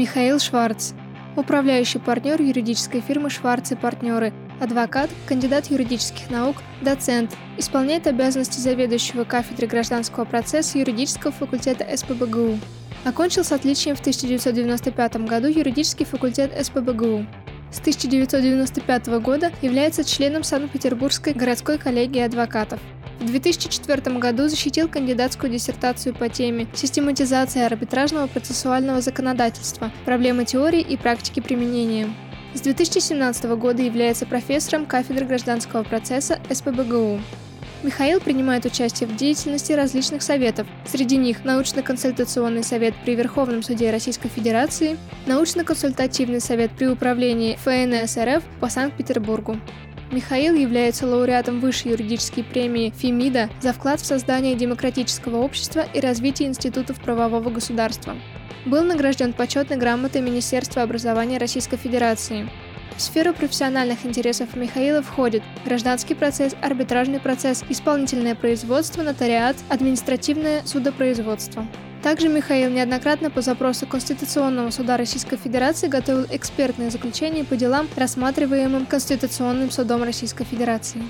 Михаил Шварц, управляющий партнер юридической фирмы «Шварц и партнеры», адвокат, кандидат юридических наук, доцент, исполняет обязанности заведующего кафедрой гражданского процесса юридического факультета СПбГУ. Окончил с отличием в 1995 году юридический факультет СПбГУ. С 1995 года является членом Санкт-Петербургской городской коллегии адвокатов. В 2004 году защитил кандидатскую диссертацию по теме «Систематизация арбитражного процессуального законодательства. Проблемы теории и практики применения». С 2017 года является профессором кафедры гражданского процесса СПбГУ. Михаил принимает участие в деятельности различных советов, среди них научно-консультационный совет при Верховном суде Российской Федерации, научно-консультативный совет при управлении ФНС РФ по Санкт-Петербургу. Михаил является лауреатом высшей юридической премии ФИМИДа за вклад в создание демократического общества и развитие институтов правового государства. Был награжден почетной грамотой Министерства образования Российской Федерации. В сферу профессиональных интересов Михаила входит гражданский процесс, арбитражный процесс, исполнительное производство, нотариат, административное судопроизводство. Также Михаил неоднократно по запросу Конституционного суда Российской Федерации готовил экспертные заключения по делам, рассматриваемым Конституционным судом Российской Федерации.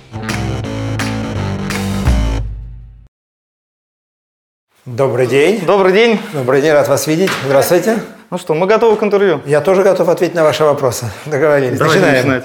Добрый день. Добрый день. Добрый день, рад вас видеть. Здравствуйте. Ну что, мы готовы к интервью. Я тоже готов ответить на ваши вопросы. Договорились. Давайте Начинаем. начинать.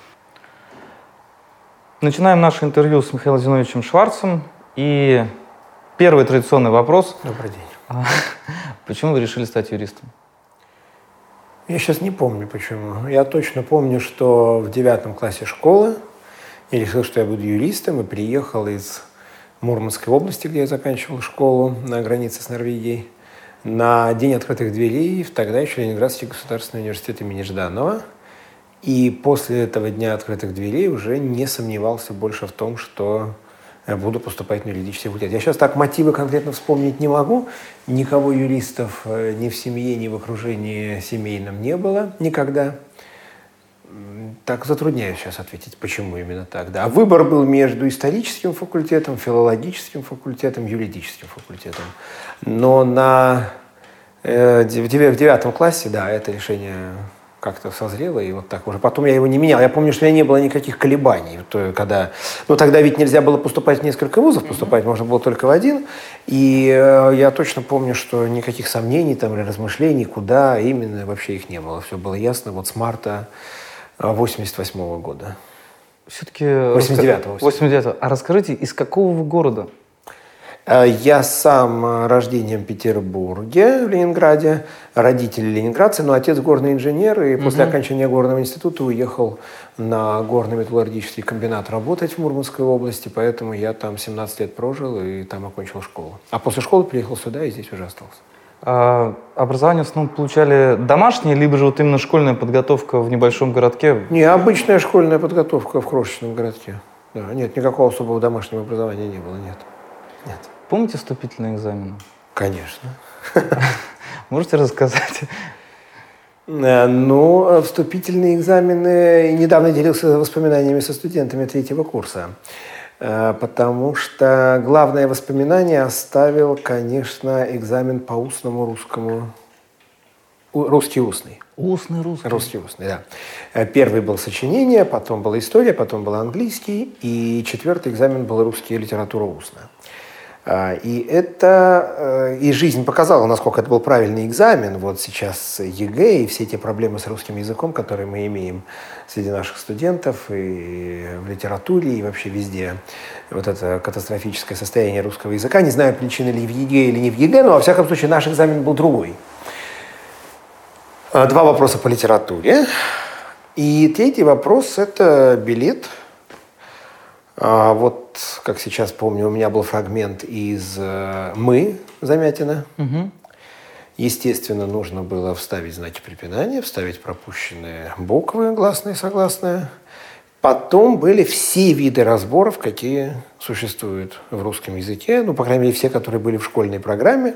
Начинаем наше интервью с Михаилом Зиновьевичем Шварцем. И первый традиционный вопрос. Добрый день. Почему вы решили стать юристом? Я сейчас не помню, почему. Я точно помню, что в 9 классе школы я решил, что я буду юристом, и приехал из Мурманской области, где я заканчивал школу на границе с Норвегией, на День открытых дверей в тогда еще Ленинградский государственный университет имени Жданова. И после этого Дня открытых дверей уже не сомневался больше в том, что я буду поступать на юридический факультет. Я сейчас так мотивы конкретно вспомнить не могу. Никого юристов ни в семье, ни в окружении семейном не было никогда. Так затрудняюсь сейчас ответить, почему именно так. Да. Выбор был между историческим факультетом, филологическим факультетом, юридическим факультетом. Но в 9 классе, да, это решение как-то созрело, и вот так уже. Потом я его не менял. Я помню, что у меня не было никаких колебаний. Когда, тогда ведь нельзя было поступать в несколько вузов, поступать можно было только в один. И я точно помню, что никаких сомнений там, или размышлений, куда именно, вообще их не было. Все было ясно вот с марта 88 года. Все-таки... 89-го. 89-го. А расскажите, из какого вы города? Я сам рождением в Петербурге, в Ленинграде, родители ленинградцы, но отец горный инженер, и после окончания горного института уехал на горно-металлургический комбинат работать в Мурманской области, поэтому я там 17 лет прожил и там окончил школу. А после школы приехал сюда и здесь уже остался. А образование в основном получали домашнее, либо же вот именно школьная подготовка в небольшом городке? Не, обычная школьная подготовка в крошечном городке. Да, нет, никакого особого домашнего образования не было, нет. Помните вступительные экзамены? Конечно. Можете рассказать? Вступительные экзамены... Недавно делился воспоминаниями со студентами 3-го курса. Потому что главное воспоминание оставил, конечно, экзамен по устному русскому. Русский устный. Устный русский. Русский устный, да. Первый был сочинение, потом была история, потом был английский, и 4-й экзамен был русский литература устная. И жизнь показала, насколько это был правильный экзамен. Вот сейчас ЕГЭ и все те проблемы с русским языком, которые мы имеем среди наших студентов и в литературе, и вообще везде. Вот это катастрофическое состояние русского языка. Не знаю, причины ли в ЕГЭ или не в ЕГЭ, но во всяком случае наш экзамен был другой. 2 вопроса по литературе. И 3-й вопрос – это билет. Вот, как сейчас помню, у меня был фрагмент из «Мы» Замятина. Естественно, нужно было вставить знаки препинания, вставить пропущенные буквы, гласные, согласные. Потом были все виды разборов, какие существуют в русском языке. По крайней мере, все, которые были в школьной программе.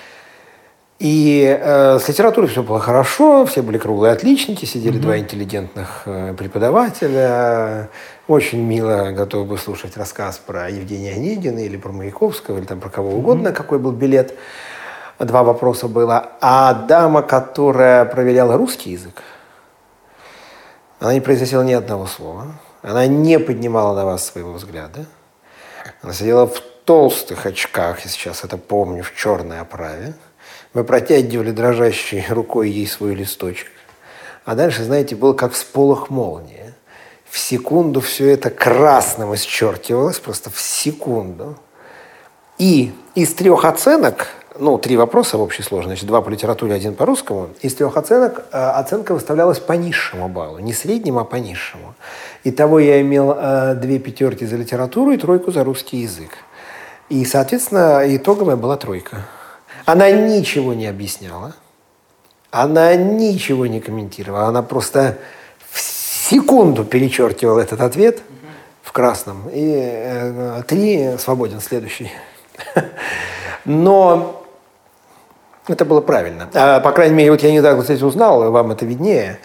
И с литературой все было хорошо, все были круглые отличники, сидели 2 интеллигентных преподавателя. Очень мило готовы бы слушать рассказ про Евгения Онегина или про Маяковского, или там про кого угодно, какой был билет. 2 вопроса было. А дама, которая проверяла русский язык, она не произносила ни одного слова. Она не поднимала на вас своего взгляда. Она сидела в толстых очках, я сейчас это помню, в черной оправе. Мы протягивали дрожащей рукой ей свой листочек. А дальше, знаете, было как всполох молнии. В секунду все это красным исчеркивалось, просто в секунду. И из 3 оценок, 3 вопроса в общей сложности, 2 по литературе, 1 по русскому, из 3 оценок оценка выставлялась по низшему баллу. Не среднему, а по низшему. Итого я имел 2 пятерки за литературу и 3 за русский язык. И, соответственно, итоговая была 3. Она ничего не объясняла. Она ничего не комментировала. Она просто в секунду перечеркивала этот ответ в красном. И 3 свободен, следующий. Но это было правильно. По крайней мере, вот я недавно, кстати, узнал, вам это виднее,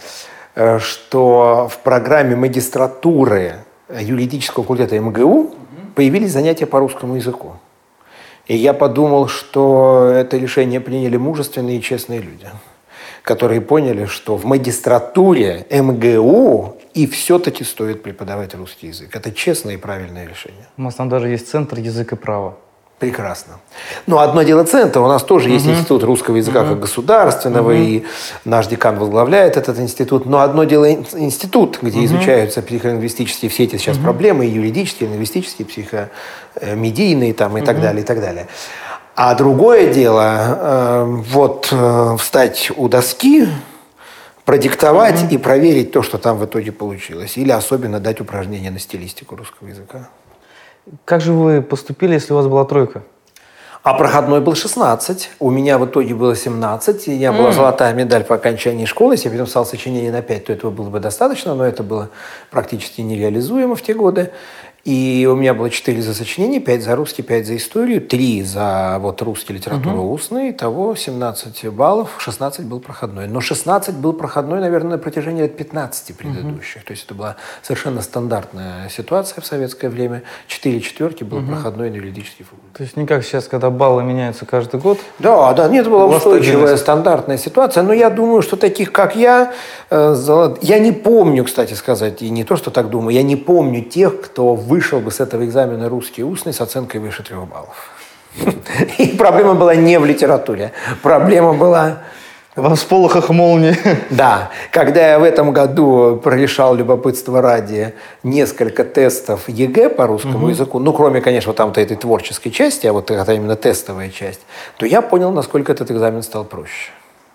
что в программе магистратуры юридического факультета МГУ появились занятия по русскому языку. И я подумал, что это решение приняли мужественные и честные люди, которые поняли, что в магистратуре МГУ и все-таки стоит преподавать русский язык. Это честное и правильное решение. У нас там даже есть центр язык и право. Прекрасно. Но одно дело центр. У нас тоже есть институт русского языка как государственного, и наш декан возглавляет этот институт. Но одно дело институт, где изучаются психолингвистические все эти сейчас проблемы, и юридические, и лингвистические, психомедийные там, и так далее, и так далее. А другое дело, встать у доски, продиктовать и проверить то, что там в итоге получилось. Или особенно дать упражнение на стилистику русского языка. Как же вы поступили, если у вас была 3? А проходной был 16. У меня в итоге было 17. У меня была золотая медаль по окончании школы. Если бы я написал сочинение на 5, то этого было бы достаточно, но это было практически нереализуемо в те годы. И у меня было 4 за сочинение, 5 за русский, 5 за историю, 3 за русский, литературу, устный. Итого 17 баллов, 16 был проходной. Но 16 был проходной, наверное, на протяжении лет 15 предыдущих. То есть это была совершенно стандартная ситуация в советское время. 4 четверки был проходной на юридический факультет. То есть не как сейчас, когда баллы меняются каждый год? Да, нет, это была устойчивая стандартная ситуация. Но я думаю, что таких, как я не помню, кстати сказать, и не то, что так думаю, я не помню тех, кто вышел бы с этого экзамена русский устный с оценкой выше 3 баллов. И проблема была не в литературе. Проблема была... Во всполохах молнии. Да. Когда я в этом году прорешал, любопытство ради, несколько тестов ЕГЭ по русскому языку, кроме, конечно, там этой творческой части, а вот это именно тестовая часть, то я понял, насколько этот экзамен стал проще.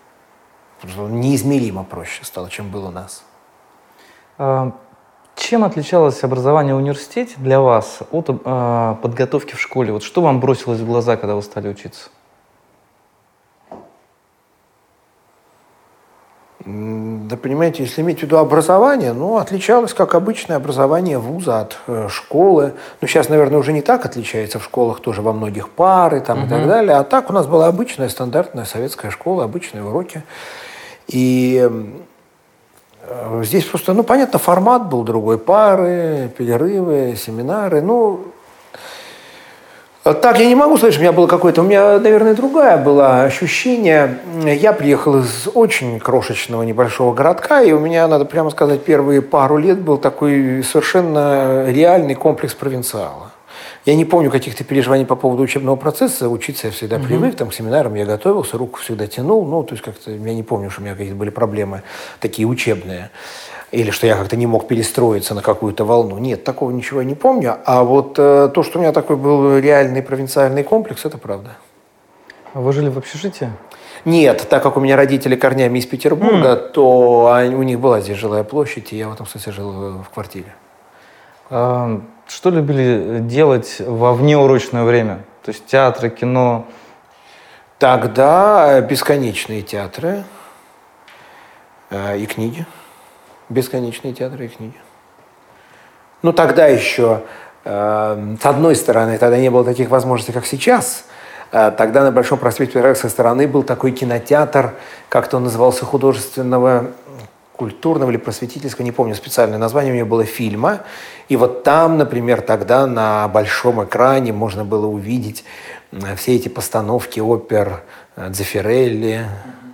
Неизмеримо проще стало, чем был у нас. Чем отличалось образование в университете для вас от подготовки в школе? Вот что вам бросилось в глаза, когда вы стали учиться? Да, понимаете, если иметь в виду образование, отличалось, как обычное образование вуза от школы. Сейчас, наверное, уже не так отличается. В школах тоже во многих пары там, и так далее. А так у нас была обычная, стандартная советская школа, обычные уроки. И здесь просто, понятно, формат был другой. Пары, перерывы, семинары. Так я не могу сказать, что у меня было какое-то... У меня, наверное, другое было ощущение. Я приехал из очень крошечного небольшого городка, и у меня, надо прямо сказать, первые пару лет был такой совершенно реальный комплекс провинциала. Я не помню каких-то переживаний по поводу учебного процесса. Учиться я всегда привык, к семинарам я готовился, руку всегда тянул. То есть как-то я не помню, что у меня какие-то были проблемы такие учебные. Или что я как-то не мог перестроиться на какую-то волну. Нет, такого ничего я не помню. А вот то, что у меня такой был реальный провинциальный комплекс, это правда. А вы жили в общежитии? Нет, так как у меня родители корнями из Петербурга, то у них была здесь жилая площадь, и я в этом смысле жил в квартире. Что любили делать во внеурочное время? То есть театры, кино? Тогда бесконечные театры и книги. Бесконечные театры и книги. Тогда еще, с одной стороны, тогда не было таких возможностей, как сейчас. Тогда на Большом проспекте Петроградской стороны был такой кинотеатр, как-то он назывался, художественного, культурного или просветительского, не помню специальное название, у него было фильма. И вот там, например, тогда на большом экране можно было увидеть все эти постановки опер Дзеффирелли.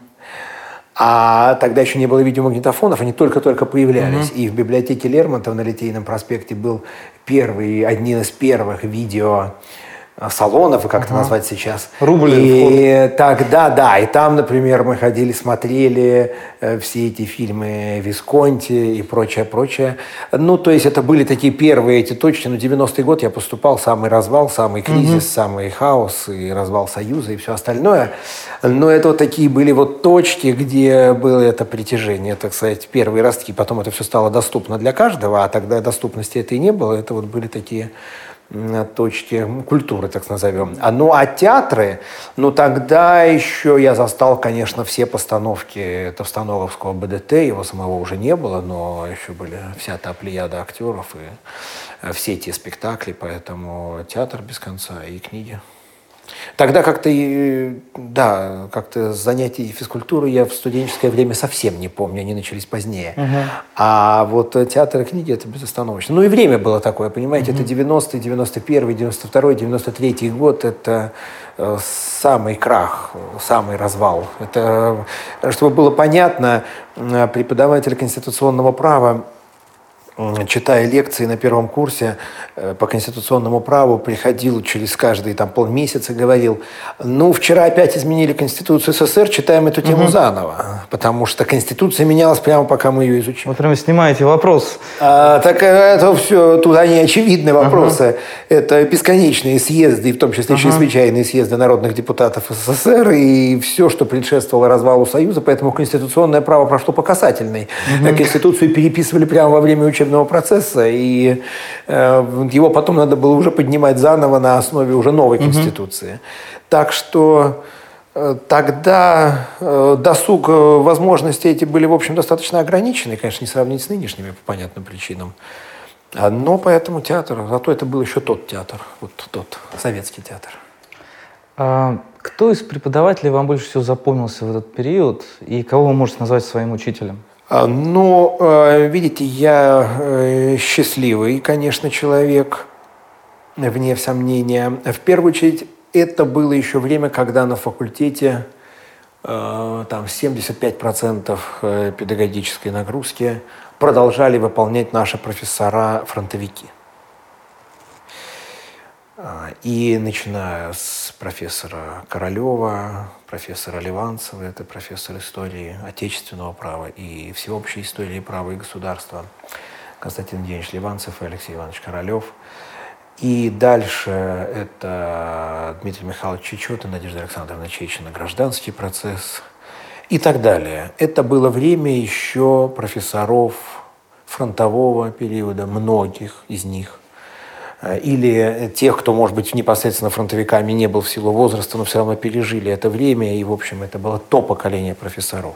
А тогда еще не было видеомагнитофонов, они только-только появлялись. И в библиотеке Лермонтова на Литейном проспекте был один из первых видеосалонов, и как это назвать сейчас. Рубль. И тогда, да, и там, например, мы ходили, смотрели все эти фильмы Висконти и прочее. Ну, то есть это были такие первые эти точки. Но 90-й год я поступал, самый развал, самый кризис, самый хаос, и развал Союза, и все остальное. Но это вот такие были вот точки, где было это притяжение, так сказать, первые ростки. Потом это все стало доступно для каждого, а тогда доступности этой не было. Это вот были такие точки культуры, так назовем. Ну, а театры, ну, тогда еще я застал, конечно, все постановки Товстоноговского БДТ, его самого уже не было, но еще были вся та плеяда актеров и все те спектакли, поэтому театр без конца и книги. Тогда как-то, да, как-то занятий физкультуры я в студенческое время совсем не помню, они начались позднее. А вот театр и книги — это безостановочно. Ну и время было такое, понимаете, это 90-й, 91-й, 92-й, 93-й год, это самый крах, самый развал. Это, чтобы было понятно, преподаватель конституционного права, читая лекции на первом курсе по конституционному праву, приходил через каждые полмесяца, говорил: ну, вчера опять изменили Конституцию СССР, читаем эту тему заново, потому что Конституция менялась прямо пока мы ее изучим. Вы прямо снимаете вопрос. Так это все, тут они очевидные вопросы. Это бесконечные съезды, и в том числе чрезвычайные съезды народных депутатов СССР, и все, что предшествовало развалу Союза, поэтому конституционное право прошло по касательной. Конституцию переписывали прямо во время учебного процесса, и его потом надо было уже поднимать заново на основе уже новой Конституции. Так что тогда досуг, возможности эти были, в общем, достаточно ограничены, конечно, не сравнить с нынешними по понятным причинам. Но поэтому театр, зато это был еще тот театр, вот тот советский театр. Кто из преподавателей вам больше всего запомнился в этот период, и кого вы можете назвать своим учителем? Ну, видите, я счастливый, конечно, человек, вне сомнения. В первую очередь, это было еще время, когда на факультете 75% педагогической нагрузки продолжали выполнять наши профессора-фронтовики. И начиная с профессора Королева, профессора Ливанцева, это профессор истории отечественного права и всеобщей истории права и государства, Константин Евгеньевич Ливанцев и Алексей Иванович Королев. И дальше это Дмитрий Михайлович Чечет и Надежда Александровна Чечина, гражданский процесс и так далее. Это было время еще профессоров фронтового периода, многих из них. Или тех, кто, может быть, непосредственно фронтовиками не был в силу возраста, но все равно пережили это время, и, в общем, это было то поколение профессоров.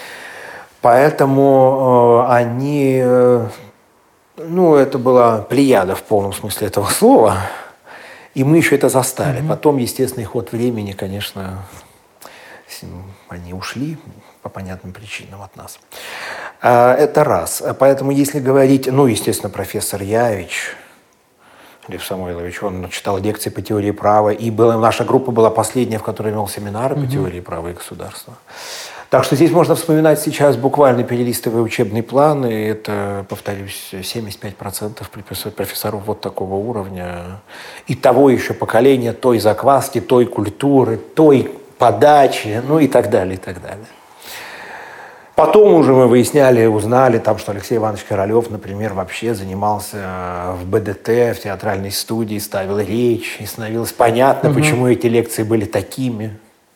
Поэтому они, ну, это была плеяда в полном смысле этого слова, и мы еще это застали. Потом, естественный ход времени, конечно, они ушли по понятным причинам от нас. Это раз. Поэтому, если говорить, ну, естественно, профессор Явич, Лев Самойлович, он читал лекции по теории права, и наша группа была последняя, в которой вел семинары по теории права и государства. Так что здесь можно вспоминать сейчас, буквально перелистывая учебный план, и это, повторюсь, 75% профессоров вот такого уровня, и того еще поколения, той закваски, той культуры, той подачи, ну и так далее, и так далее. Потом уже мы узнали, что Алексей Иванович Королев, например, вообще занимался в БДТ, в театральной студии, ставил речь, и становилось понятно, почему эти лекции были такими.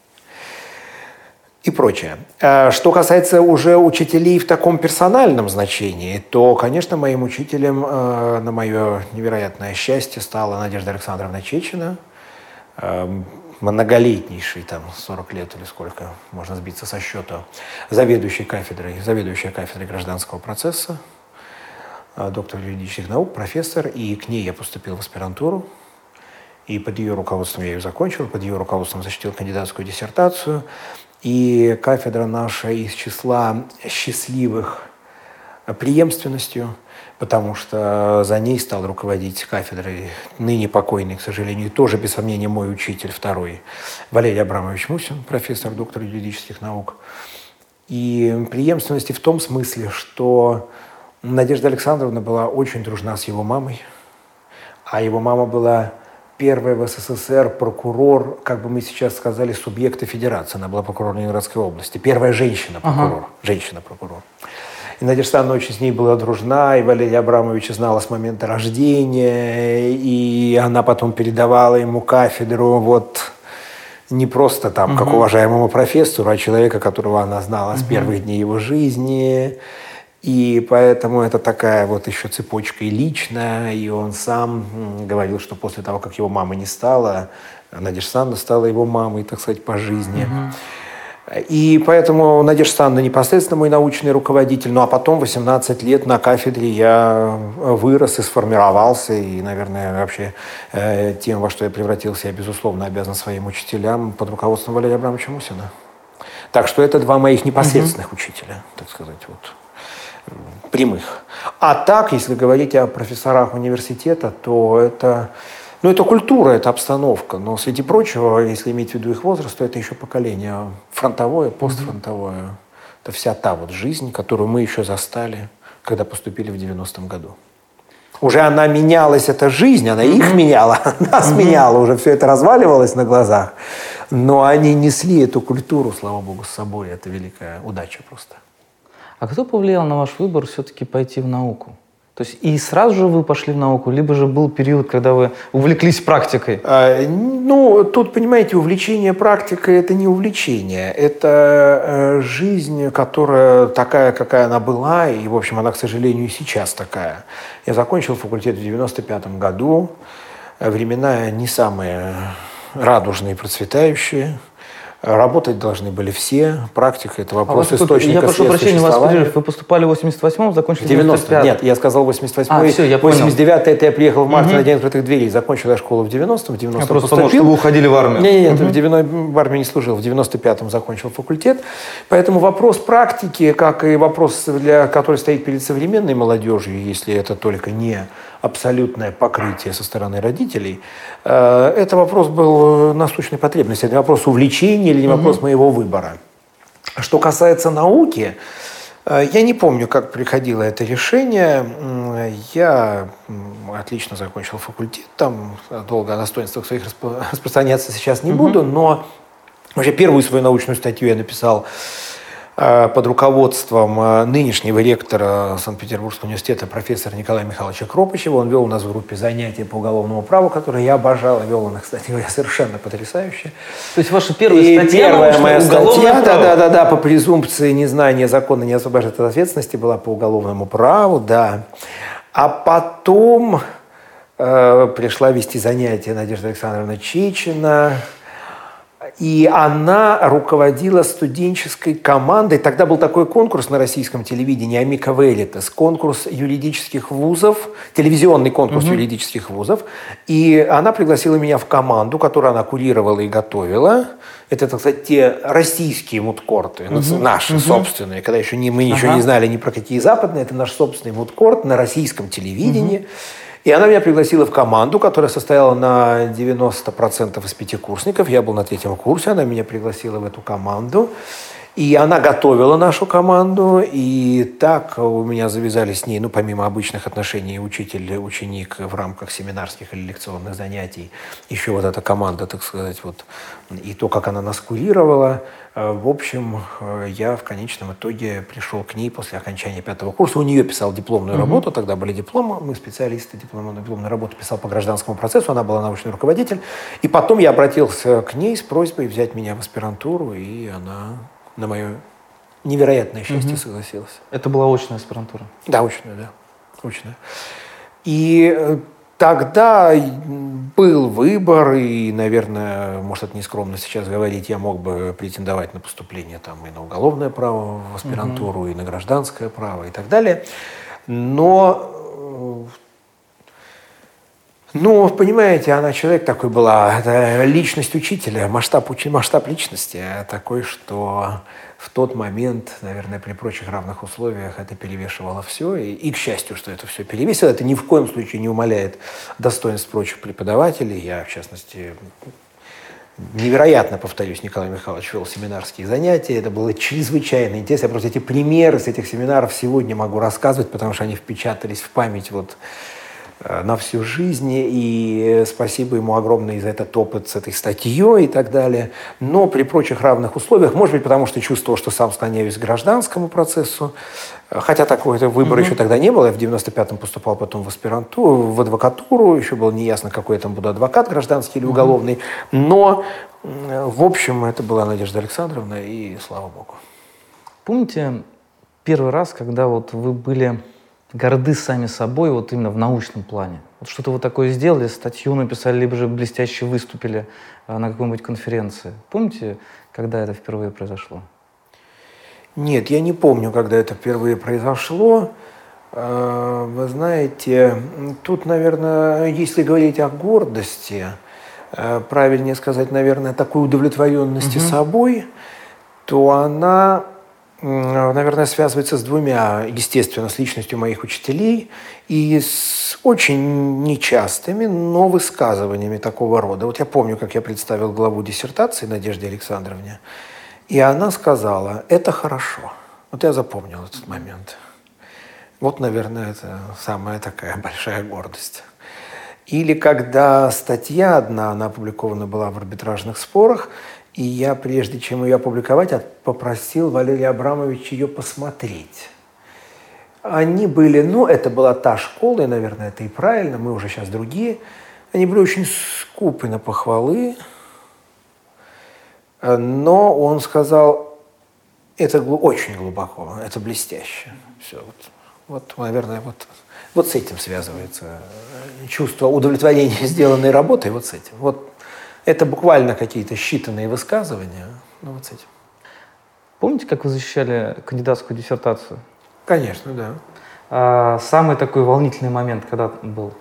И прочее. Что касается уже учителей в таком персональном значении, то, конечно, моим учителем, на мое невероятное счастье, стала Надежда Александровна Чечина, многолетнейший, 40 лет или сколько, можно сбиться со счета, заведующая кафедрой гражданского процесса, доктор юридических наук, профессор, и к ней я поступил в аспирантуру, и под ее руководством я ее закончил, под ее руководством защитил кандидатскую диссертацию, и кафедра наша из числа счастливых преемственностью, потому что за ней стал руководить кафедрой ныне покойный, к сожалению, тоже, без сомнения, мой учитель второй, Валерий Абрамович Мусин, профессор, доктор юридических наук. И преемственности в том смысле, что Надежда Александровна была очень дружна с его мамой, а его мама была первая в СССР прокурор, как бы мы сейчас сказали, субъекта федерации. Она была прокурор Ленинградской области. Первая женщина-прокурор. Женщина-прокурор. И Надежда Александровна очень с ней была дружна, и Валерия Абрамовича знала с момента рождения, и она потом передавала ему кафедру вот не просто там, как уважаемому профессору, а человека, которого она знала с первых дней его жизни. И поэтому это такая вот еще цепочка и личная. И он сам говорил, что после того, как его мамы не стало, Надежда Александровна стала его мамой, так сказать, по жизни. И поэтому Надежда Александровна непосредственно мой научный руководитель. Ну а потом 18 лет на кафедре я вырос и сформировался. И, наверное, вообще тем, во что я превратился, я, безусловно, обязан своим учителям под руководством Валерия Абрамовича Мусина. Так что это два моих непосредственных учителя, так сказать, вот. Прямых. А так, если говорить о профессорах университета, то это культура, это обстановка. Но, среди прочего, если иметь в виду их возраст, то это еще поколение фронтовое, постфронтовое. Это вся та вот жизнь, которую мы еще застали, когда поступили в 90-м году. Уже она менялась, эта жизнь, она их меняла, нас меняла, уже все это разваливалось на глазах. Но они несли эту культуру, слава богу, с собой. Это великая удача просто. А кто повлиял на ваш выбор все-таки пойти в науку? То есть и сразу же вы пошли в науку, либо же был период, когда вы увлеклись практикой? Тут, понимаете, увлечение практикой – это не увлечение. Это жизнь, которая такая, какая она была, и, в общем, она, к сожалению, и сейчас такая. Я закончил факультет в 95-м году. Времена не самые радужные и процветающие. Работать должны были все. Практика – это вопрос источника. Я прошу прощения, вас перерыв. Вы поступали в 88-м, закончили в 90-м. Нет, я сказал 88-й. Все, я понял. 89-й – это я приехал в марте на День открытых дверей. Закончил я школу в 90-м. В 90-м просто потому, что вы уходили в армию. Нет, в армии не служил. В 95-м закончил факультет. Поэтому вопрос практики, как и вопрос, который стоит перед современной молодежью, если это только не абсолютное покрытие со стороны родителей, это вопрос был насущной потребности. Это вопрос увлечения или не вопрос моего выбора. Что касается науки, я не помню, как приходило это решение. Я отлично закончил факультет, там долго о достоинствах своих распространяться сейчас не буду, но вообще первую свою научную статью я написал под руководством нынешнего ректора Санкт-Петербургского университета профессора Николая Михайловича Кропачева. Он вел у нас в группе занятия по уголовному праву, которые я обожал. Вел он их, кстати говоря, совершенно потрясающе. То есть ваша первая статья? Первая моя статья, да, по презумпции незнания закона не освобождает от ответственности, была по уголовному праву, да. А потом пришла вести занятия Надежда Александровна Чечина. И она руководила студенческой командой. Тогда был такой конкурс на российском телевидении «Амика Велитас», конкурс юридических вузов, телевизионный конкурс юридических вузов. И она пригласила меня в команду, которую она курировала и готовила. Это, так сказать, те российские мудкорты, наши собственные, когда еще мы ничего не знали ни про какие западные. Это наш собственный мудкорт на российском телевидении. И она меня пригласила в команду, которая состояла на 90% из пятикурсников. Я был на 3-м курсе, она меня пригласила в эту команду. И она готовила нашу команду. И так у меня завязались с ней, помимо обычных отношений учитель-ученик в рамках семинарских или лекционных занятий, еще вот эта команда, так сказать, вот, и то, как она нас курировала. В общем, я в конечном итоге пришел к ней после окончания 5-го курса. У нее писал дипломную работу, тогда были дипломы, мы специалисты, дипломную работу писал по гражданскому процессу, она была научный руководитель. И потом я обратился к ней с просьбой взять меня в аспирантуру, и она на мое невероятное счастье согласилась. Это была очная аспирантура? Да, очная, да. Очная. И тогда был выбор, и, наверное, может, это нескромно сейчас говорить, я мог бы претендовать на поступление там, и на уголовное право в аспирантуру, и на гражданское право, и так далее. Но Ну, понимаете, она человек такой была, это личность учителя, масштаб личности такой, что в тот момент, наверное, при прочих равных условиях это перевешивало все. И к счастью, что это все перевесило, это ни в коем случае не умаляет достоинств прочих преподавателей. Я, в частности, невероятно, повторюсь, Николай Михайлович вел семинарские занятия. Это было чрезвычайно интересно. Я просто эти примеры с этих семинаров сегодня могу рассказывать, потому что они впечатались в память вот на всю жизнь, и спасибо ему огромное за этот опыт с этой статьей и так далее. Но при прочих равных условиях, может быть, потому что чувствовал, что сам склоняюсь к гражданскому процессу, хотя такого выбора еще тогда не было. Я в 95-м поступал потом в аспирантуру, в адвокатуру, еще было неясно, какой я там буду адвокат, гражданский или уголовный. Но, в общем, это была Надежда Александровна, и слава богу. Помните первый раз, когда вот вы были горды сами собой, вот именно в научном плане? Вот что-то вы такое сделали, статью написали, либо же блестяще выступили на какой-нибудь конференции. Помните, когда это впервые произошло? Нет, я не помню, когда это впервые произошло. Вы знаете, тут, наверное, если говорить о гордости, правильнее сказать, наверное, такой удовлетворенности собой, то она, наверное, связывается с двумя, естественно, с личностью моих учителей и с очень нечастыми, но высказываниями такого рода. Вот я помню, как я представил главу диссертации Надежде Александровне, и она сказала: «Это хорошо». Вот я запомнил этот момент. Вот, наверное, это самая такая большая гордость. Или когда статья одна, она опубликована была в арбитражных спорах, и я, прежде чем ее опубликовать, попросил Валерия Абрамовича ее посмотреть. Они были, это была та школа, и, наверное, это и правильно, мы уже сейчас другие. Они были очень скупы на похвалы, но он сказал: это очень глубоко, это блестяще. Все, вот, наверное, вот с этим связывается чувство удовлетворения сделанной работой, вот с этим. Вот. Это буквально какие-то считанные высказывания, вот с этим. Помните, как вы защищали кандидатскую диссертацию? Конечно, да. Самый такой волнительный момент когда был?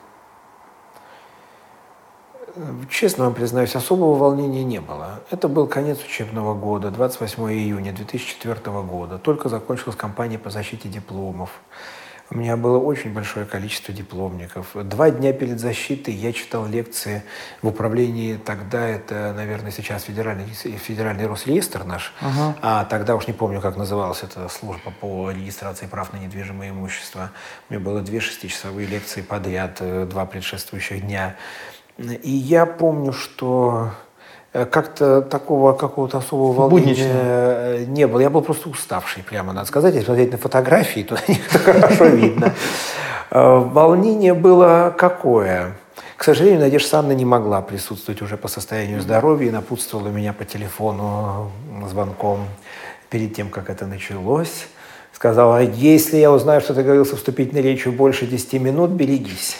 Честно вам признаюсь, особого волнения не было. Это был конец учебного года, 28 июня 2004 года. Только закончилась кампания по защите дипломов. У меня было очень большое количество дипломников. 2 дня перед защитой я читал лекции в управлении, тогда это, наверное, сейчас федеральный Росреестр наш, а тогда уж не помню, как называлась эта служба по регистрации прав на недвижимое имущество. У меня было 2 6-часовые лекции подряд, 2 предшествующих дня. И я помню, что как-то такого какого-то особого волнения не было. Я был просто уставший, прямо надо сказать. Если смотреть на фотографии, то на них это хорошо видно. Волнение было какое? К сожалению, Надежда Александровна не могла присутствовать уже по состоянию здоровья и напутствовала меня по телефону звонком перед тем, как это началось. Сказала: если я узнаю, что ты говорил со вступительной речью больше 10 минут, берегись.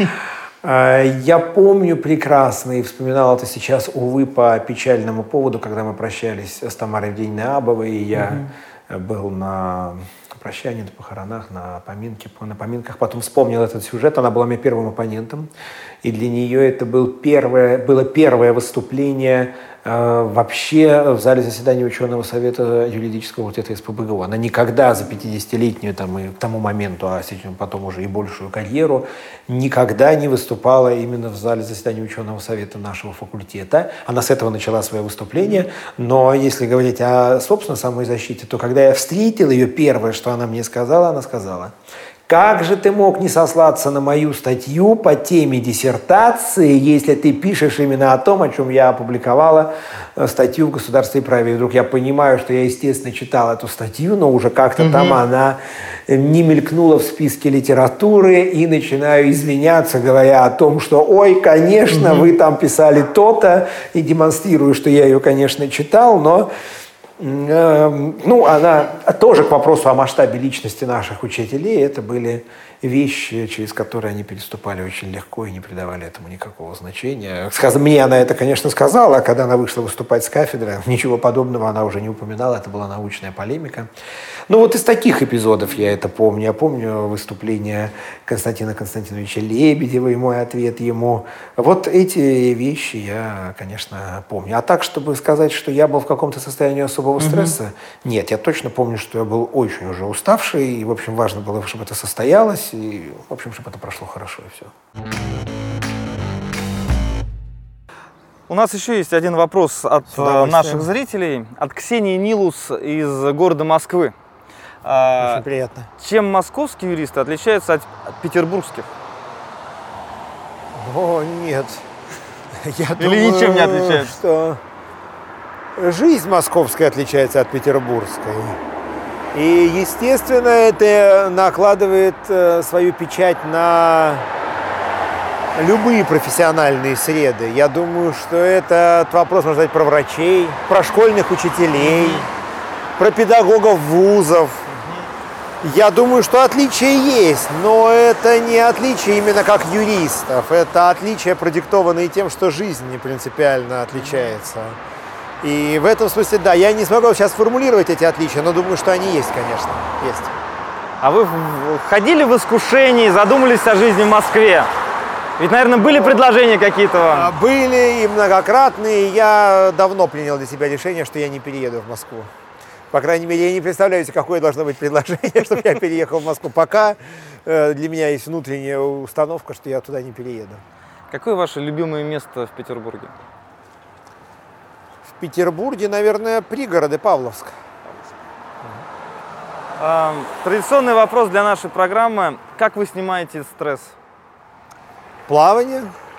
Я помню прекрасно и вспоминал это сейчас, увы, по печальному поводу, когда мы прощались с Тамарой Евгеньевной Абовой, и я был на прощании, на похоронах, на поминках. Потом вспомнил этот сюжет, она была моим первым оппонентом, и для нее это было первое выступление вообще в зале заседания ученого совета юридического факультета СПбГУ. Она никогда за 50-летнюю и к тому моменту, а потом уже и большую карьеру, никогда не выступала именно в зале заседания ученого совета нашего факультета. Она с этого начала свое выступление, но если говорить о, собственно, самой защите, то когда я встретил ее, первое, что она мне сказала, она сказала: «Как же ты мог не сослаться на мою статью по теме диссертации, если ты пишешь именно о том, о чем я опубликовала статью в «Государстве и праве»?» И вдруг я понимаю, что я, естественно, читал эту статью, но уже как-то там она не мелькнула в списке литературы, и начинаю извиняться, говоря о том, что «Ой, конечно, вы там писали то-то», и демонстрирую, что я ее, конечно, читал, но... она тоже к вопросу о масштабе личности наших учителей, это были вещи, через которые они переступали очень легко и не придавали этому никакого значения. Мне она это, конечно, сказала, а когда она вышла выступать с кафедры, ничего подобного она уже не упоминала, это была научная полемика. Ну вот из таких эпизодов я это помню. Я помню выступление Константина Константиновича Лебедева и мой ответ ему. Вот эти вещи я, конечно, помню. А так, чтобы сказать, что я был в каком-то состоянии особого стресса, нет, я точно помню, что я был очень уже уставший, и, в общем, важно было, чтобы это состоялось, и, в общем, чтобы это прошло хорошо, и все. У нас еще есть один вопрос от наших зрителей, от Ксении Нилус из города Москвы. Очень приятно. Чем московские юристы отличаются от петербургских? О, нет. Я Или думаю, ничем не отличаются? Что жизнь московская отличается от петербургской. И, естественно, это накладывает свою печать на любые профессиональные среды. Я думаю, что этот вопрос можно задать про врачей, про школьных учителей, про педагогов вузов. Я думаю, что отличия есть, но это не отличие именно как юристов. Это отличия, продиктованные тем, что жизнь не принципиально отличается. И в этом смысле, да, я не смогу сейчас формулировать эти отличия, но думаю, что они есть, конечно, есть. А вы ходили в искушении, задумались о жизни в Москве? Ведь, наверное, были предложения какие-то вам? Были и многократные. Я давно принял для себя решение, что я не перееду в Москву. По крайней мере, я не представляю себе, какое должно быть предложение, чтобы я переехал в Москву. Пока для меня есть внутренняя установка, что я туда не перееду. Какое ваше любимое место в Петербурге? В Петербурге, наверное, пригороды Павловск. Традиционный вопрос для нашей программы. Как вы снимаете стресс? Плавание,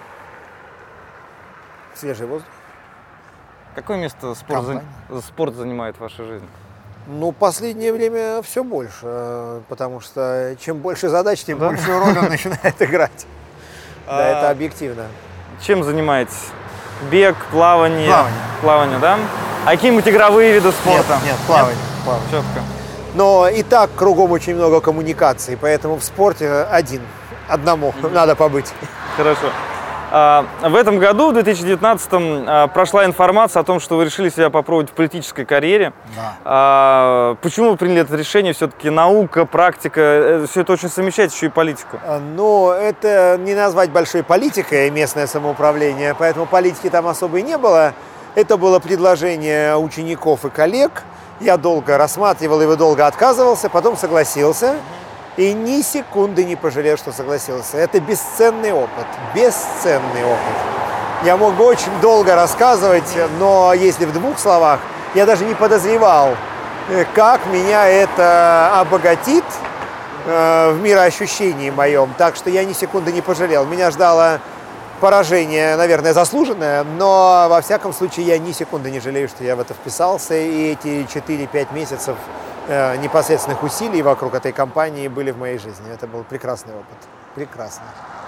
свежий воздух. Какое место спорт занимает в вашей жизни? Ну, последнее время все больше, потому что чем больше задач, тем большую роль он начинает играть. Да, это объективно. Чем занимаетесь? Бег, плавание? Плавание, да? А какие-нибудь игровые виды спорта? Нет, плавание. Четко. Но и так кругом очень много коммуникаций, поэтому в спорте одному надо побыть. Хорошо. В этом году, в 2019-м, прошла информация о том, что вы решили себя попробовать в политической карьере. Да. Почему вы приняли это решение? Все-таки наука, практика, все это очень совмещает еще и политику. Ну, это не назвать большой политикой местное самоуправление, поэтому политики там особо и не было. Это было предложение учеников и коллег. Я долго рассматривал его, долго отказывался, потом согласился. И ни секунды не пожалел, что согласился. Это бесценный опыт. Бесценный опыт. Я мог бы очень долго рассказывать, но если в двух словах, я даже не подозревал, как меня это обогатит в мироощущении моем. Так что я ни секунды не пожалел. Меня ждало поражение, наверное, заслуженное, но во всяком случае я ни секунды не жалею, что я в это вписался. И эти 4-5 месяцев непосредственных усилий вокруг этой кампании были в моей жизни. Это был прекрасный опыт. Прекрасный.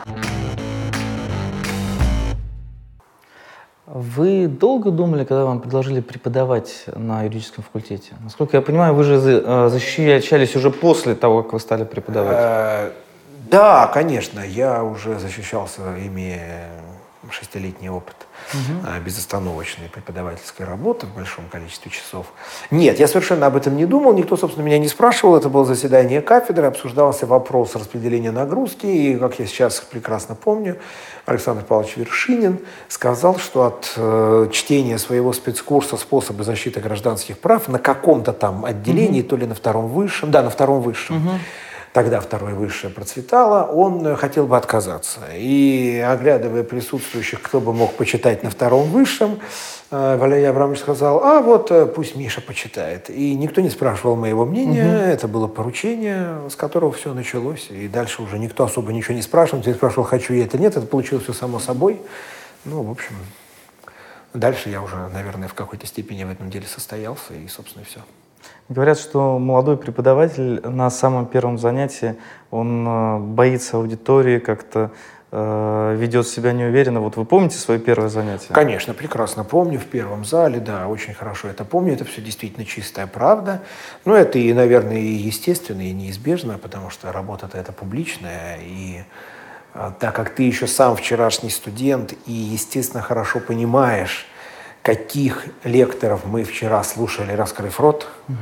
Вы долго думали, когда вам предложили преподавать на юридическом факультете? Насколько я понимаю, вы же защищались уже после того, как вы стали преподавать. Да, конечно. Я уже защищался, имея 6-летний опыт безостановочной преподавательской работы в большом количестве часов. Нет, я совершенно об этом не думал, никто, собственно, меня не спрашивал. Это было заседание кафедры, обсуждался вопрос распределения нагрузки. И, как я сейчас прекрасно помню, Александр Павлович Вершинин сказал, что от чтения своего спецкурса «Способы защиты гражданских прав» на каком-то там отделении, то ли на втором высшем, на втором высшем, тогда второе высшее процветало, он хотел бы отказаться. И, оглядывая присутствующих, кто бы мог почитать на втором высшем, Валерий Абрамович сказал, вот пусть Миша почитает. И никто не спрашивал моего мнения, это было поручение, с которого все началось. И дальше уже никто особо ничего не спрашивал. Никто не спрашивал, хочу я это, нет, это получилось все само собой. Ну, в общем, дальше я уже, наверное, в какой-то степени в этом деле состоялся, и, собственно, все. Говорят, что молодой преподаватель на самом первом занятии, он боится аудитории, как-то ведет себя неуверенно. Вот вы помните свое первое занятие? Конечно, прекрасно помню, в первом зале, да, очень хорошо это помню, это все действительно чистая правда. Но это и, наверное, и естественно, и неизбежно, потому что работа-то это публичная, и так как ты еще сам вчерашний студент и, естественно, хорошо понимаешь, каких лекторов мы вчера слушали, раскрыв рот,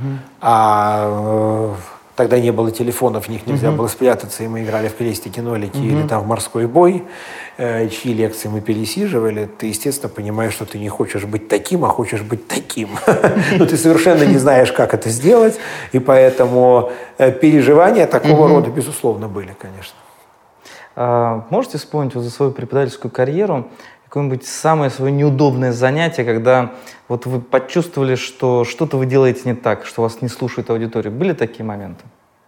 тогда не было телефонов, в них нельзя было спрятаться, и мы играли в крестики-нолики или там в морской бой, чьи лекции мы пересиживали, ты, естественно, понимаешь, что ты не хочешь быть таким, а хочешь быть таким. Но ты совершенно не знаешь, как это сделать, и поэтому переживания такого рода, безусловно, были, конечно. Можете вспомнить вот за свою преподавательскую карьеру какое-нибудь самое свое неудобное занятие, когда вот вы почувствовали, что что-то вы делаете не так, что вас не слушает аудитория? Были такие моменты?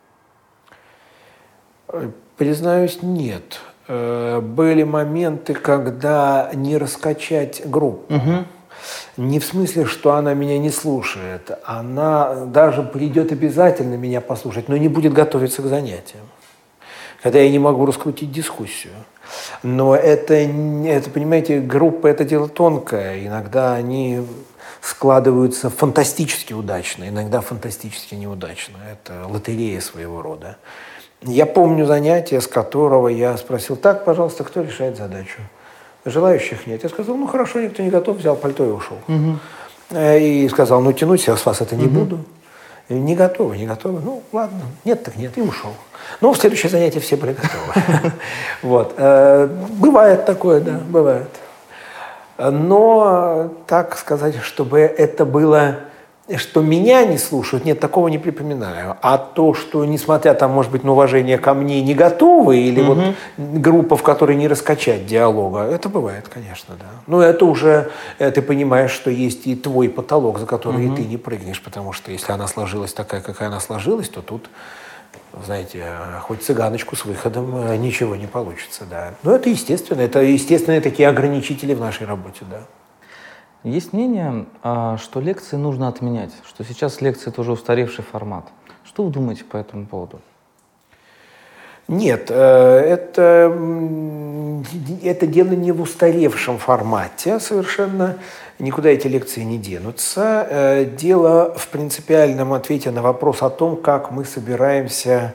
Признаюсь, нет. Были моменты, когда не раскачать группу. Не в смысле, что она меня не слушает. Она даже придет обязательно меня послушать, но не будет готовиться к занятиям. Когда я не могу раскрутить дискуссию. Но это, понимаете, группа – это дело тонкое. Иногда они складываются фантастически удачно, иногда фантастически неудачно. Это лотерея своего рода. Я помню занятие, с которого я спросил: так, пожалуйста, кто решает задачу? Желающих нет. Я сказал: ну хорошо, никто не готов, взял пальто и ушел. И сказал: ну тянуть я с вас это не буду. Не готовы, не готовы. Ну, ладно, нет так нет, и ушел. Но в следующее занятие все были готовы. Вот. Бывает такое, да, бывает. Но, так сказать, чтобы это было, что меня не слушают, нет, такого не припоминаю. А то, что, несмотря там, может быть, на уважение ко мне, не готовы, или вот группа, в которой не раскачать диалога, это бывает, конечно, да. Но это уже, ты понимаешь, что есть и твой потолок, за который ты не прыгнешь, потому что если она сложилась такая, какая она сложилась, то тут, знаете, хоть цыганочку с выходом ничего не получится, да. Но это естественные такие ограничители в нашей работе, да. Есть мнение, что лекции нужно отменять, что сейчас лекции – это уже устаревший формат. Что вы думаете по этому поводу? Нет, это дело не в устаревшем формате совершенно. Никуда эти лекции не денутся. Дело в принципиальном ответе на вопрос о том, как мы собираемся,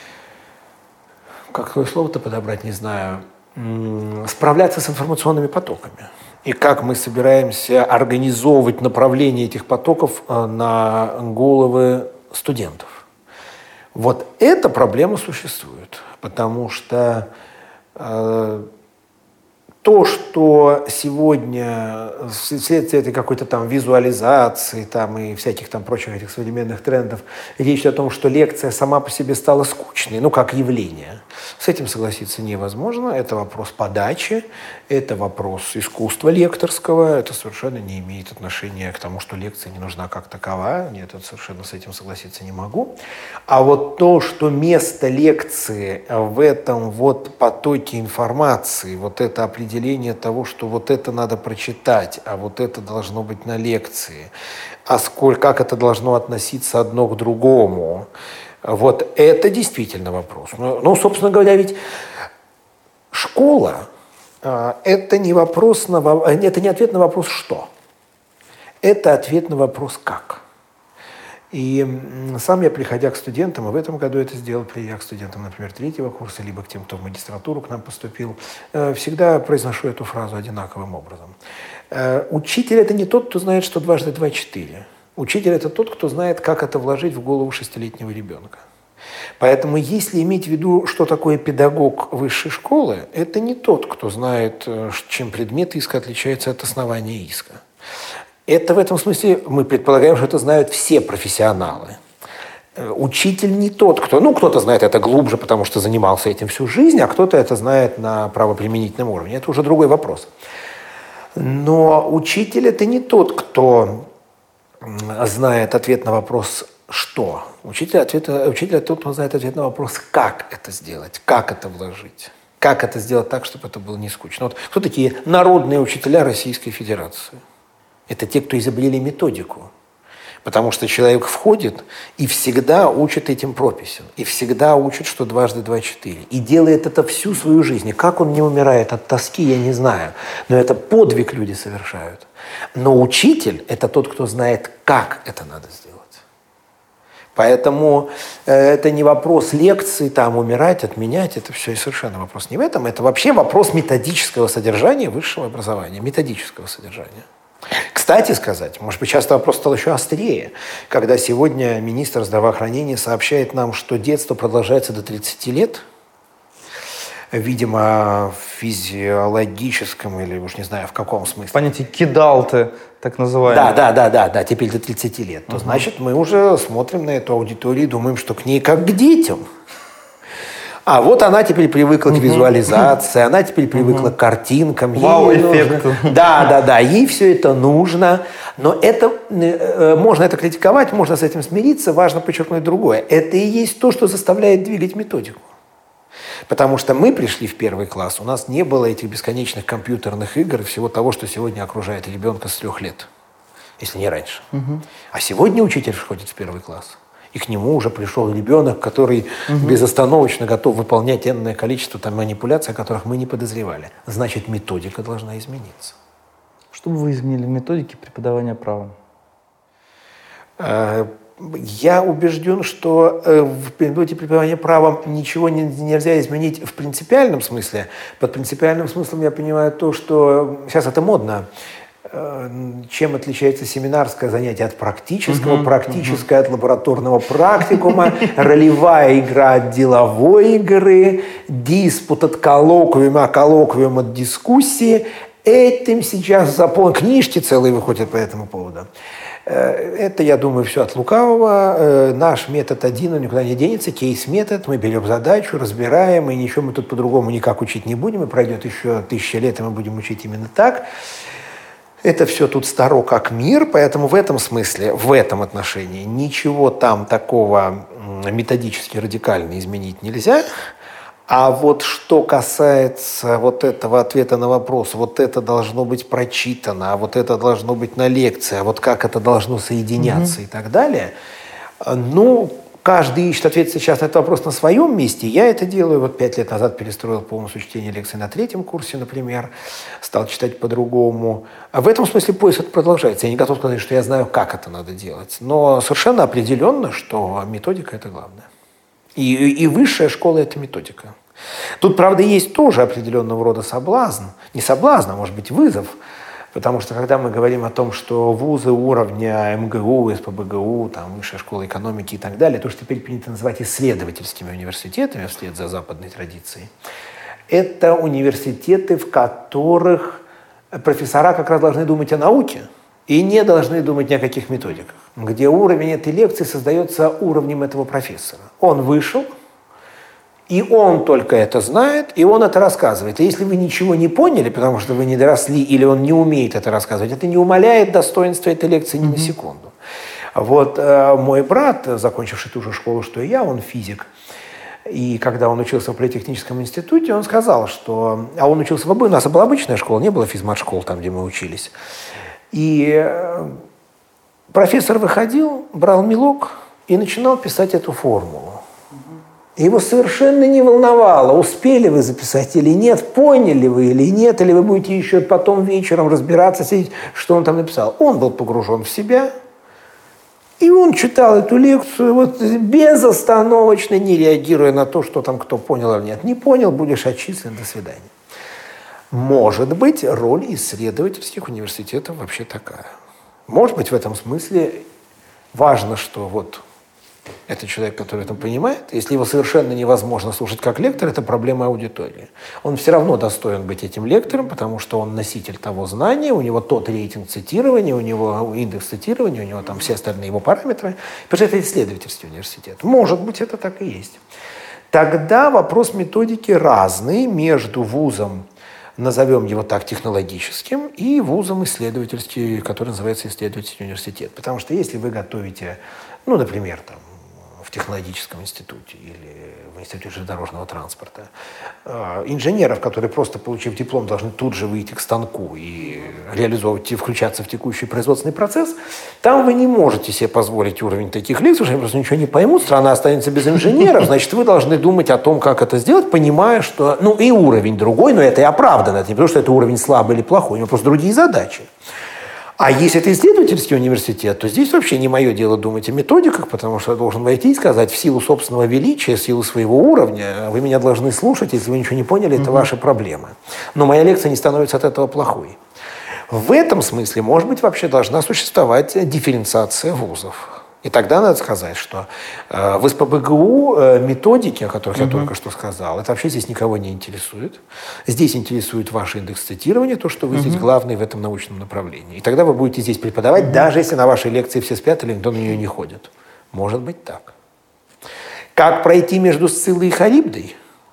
какое слово-то подобрать, не знаю, справляться с информационными потоками. И как мы собираемся организовывать направление этих потоков на головы студентов. Вот эта проблема существует, потому что то, что сегодня вследствие этой какой-то там визуализации там, и всяких там прочих этих современных трендов, речь о том, что лекция сама по себе стала скучной, ну, как явление. С этим согласиться невозможно. Это вопрос подачи, это вопрос искусства лекторского. Это совершенно не имеет отношения к тому, что лекция не нужна как таковая. Нет, это совершенно с этим согласиться не могу. А вот то, что место лекции в этом вот потоке информации, вот это определение того, что вот это надо прочитать, а вот это должно быть на лекции, как это должно относиться одно к другому, вот это действительно вопрос. Ну, собственно говоря, ведь школа это не ответ на вопрос «что?». Это ответ на вопрос «как?». И сам я, приходя к студентам, и в этом году это сделал, придя к студентам, например, 3-го курса, либо к тем, кто в магистратуру к нам поступил, всегда произношу эту фразу одинаковым образом. Учитель – это не тот, кто знает, что 2 × 2 – 4. Учитель – это тот, кто знает, как это вложить в голову 6-летнего ребенка. Поэтому, если иметь в виду, что такое педагог высшей школы, это не тот, кто знает, чем предмет иска отличается от основания иска. Это в этом смысле мы предполагаем, что это знают все профессионалы. Учитель не тот, кто-то знает это глубже, потому что занимался этим всю жизнь, а кто-то это знает на правоприменительном уровне. Это уже другой вопрос. Но учитель – это не тот, кто знает ответ на вопрос «что?». Учитель – это тот, кто знает ответ на вопрос «как это сделать?», «как это вложить?». Как это сделать так, чтобы это было не скучно. Вот кто такие народные учителя Российской Федерации? Это те, кто изобрели методику. Потому что человек входит и всегда учит этим прописям. И всегда учит, что 2 × 2 = 4. И делает это всю свою жизнь. И как он не умирает от тоски, я не знаю. Но это подвиг люди совершают. Но учитель – это тот, кто знает, как это надо сделать. Поэтому это не вопрос лекций, там, умирать, отменять. Это все и совершенно вопрос не в этом. Это вообще вопрос методического содержания высшего образования. Методического содержания. Кстати сказать, может быть, часто вопрос стал еще острее, когда сегодня министр здравоохранения сообщает нам, что детство продолжается до 30 лет, видимо, в физиологическом или уж не знаю в каком смысле. Понятие кидалты, так называемое. Да, теперь до 30 лет. То значит, мы уже смотрим на эту аудиторию и думаем, что к ней как к детям. А вот она теперь привыкла к визуализации, она теперь привыкла к картинкам. Вау-эффекту. Да, ей все это нужно. Но это можно это критиковать, можно с этим смириться. Важно подчеркнуть другое. Это и есть то, что заставляет двигать методику. Потому что мы пришли в 1 класс, у нас не было этих бесконечных компьютерных игр и всего того, что сегодня окружает ребенка с 3 лет, если не раньше. А сегодня учитель входит в 1 класс. И к нему уже пришел ребенок, который безостановочно готов выполнять энное количество там, манипуляций, о которых мы не подозревали. Значит, методика должна измениться. Что бы вы изменили в методике преподавания права? Я убежден, что в методе преподавания права ничего нельзя изменить в принципиальном смысле. Под принципиальным смыслом я понимаю то, что сейчас это модно. Чем отличается семинарское занятие от практического, практическое от лабораторного практикума, ролевая игра от деловой игры, диспут от коллоквиума, а коллоквиум от дискуссии. Этим сейчас книжки целые выходят по этому поводу. Это, я думаю, все от лукавого. Наш метод один, он никуда не денется, кейс-метод. Мы берем задачу, разбираем, и ничего мы тут по-другому никак учить не будем. И пройдет еще 1000 лет, и мы будем учить именно так. Это все тут старо как мир, поэтому в этом смысле, в этом отношении ничего там такого методически радикально изменить нельзя. А вот что касается вот этого ответа на вопрос, вот это должно быть прочитано, а вот это должно быть на лекции, а вот как это должно соединяться и так далее, ну, каждый ищет ответ сейчас на этот вопрос на своем месте. Я это делаю. Вот 5 лет назад перестроил полностью чтение лекций на 3-м курсе, например. Стал читать по-другому. А в этом смысле поиск продолжается. Я не готов сказать, что я знаю, как это надо делать. Но совершенно определенно, что методика – это главное. И высшая школа – это методика. Тут, правда, есть тоже определенного рода соблазн. Не соблазн, а может быть вызов. Потому что когда мы говорим о том, что вузы уровня МГУ, СПбГУ, там, высшая школа экономики и так далее, то, что теперь принято называть исследовательскими университетами вслед за западной традицией, это университеты, в которых профессора как раз должны думать о науке и не должны думать ни о каких методиках, где уровень этой лекции создается уровнем этого профессора. Он вышел, и он только это знает, и он это рассказывает. И если вы ничего не поняли, потому что вы не доросли, или он не умеет это рассказывать, это не умаляет достоинства этой лекции ни на секунду. Вот мой брат, закончивший ту же школу, что и я, он физик, и когда он учился в политехническом институте, он сказал, что... А он учился у нас была обычная школа, не было физмат-школ там, где мы учились. И профессор выходил, брал мелок и начинал писать эту формулу. Его совершенно не волновало, успели вы записать или нет, поняли вы или нет, или вы будете еще потом вечером разбираться, сидеть, что он там написал. Он был погружен в себя, и он читал эту лекцию вот, безостановочно, не реагируя на то, что там кто понял или нет. Не понял, будешь отчислен, до свидания. Может быть, роль исследовательских университетов вообще такая. Может быть, в этом смысле важно, что вот... Это человек, который это понимает. Если его совершенно невозможно слушать как лектор, это проблема аудитории. Он все равно достоин быть этим лектором, потому что он носитель того знания, у него тот рейтинг цитирования, у него индекс цитирования, у него там все остальные его параметры. Потому что это исследовательский университет. Может быть, это так и есть. Тогда вопрос методики разный между вузом, назовем его так, технологическим, и вузом исследовательским, который называется исследовательский университет. Потому что если вы готовите, ну, например, там, в технологическом институте или в институте железнодорожного транспорта, инженеров, которые просто получив диплом должны тут же выйти к станку и реализовывать и включаться в текущий производственный процесс, там вы не можете себе позволить уровень таких лекций, потому что они просто ничего не поймут, страна останется без инженеров, значит, вы должны думать о том, как это сделать, понимая, что, ну, и уровень другой, но это и оправданно, это не потому, что это уровень слабый или плохой, у него просто другие задачи. А если это исследовательский университет, то здесь вообще не мое дело думать о методиках, потому что я должен войти и сказать, в силу собственного величия, в силу своего уровня, вы меня должны слушать, если вы ничего не поняли, это ваши проблемы. Но моя лекция не становится от этого плохой. В этом смысле, может быть, вообще должна существовать дифференциация вузов. И тогда надо сказать, что в СПбГУ методики, о которых я только что сказал, это вообще здесь никого не интересует. Здесь интересует ваш индекс цитирования, то, что вы здесь главный в этом научном направлении. И тогда вы будете здесь преподавать, даже если на вашей лекции все спят или никто на нее не ходит. Может быть так. Как пройти между Сциллой и Харибдой?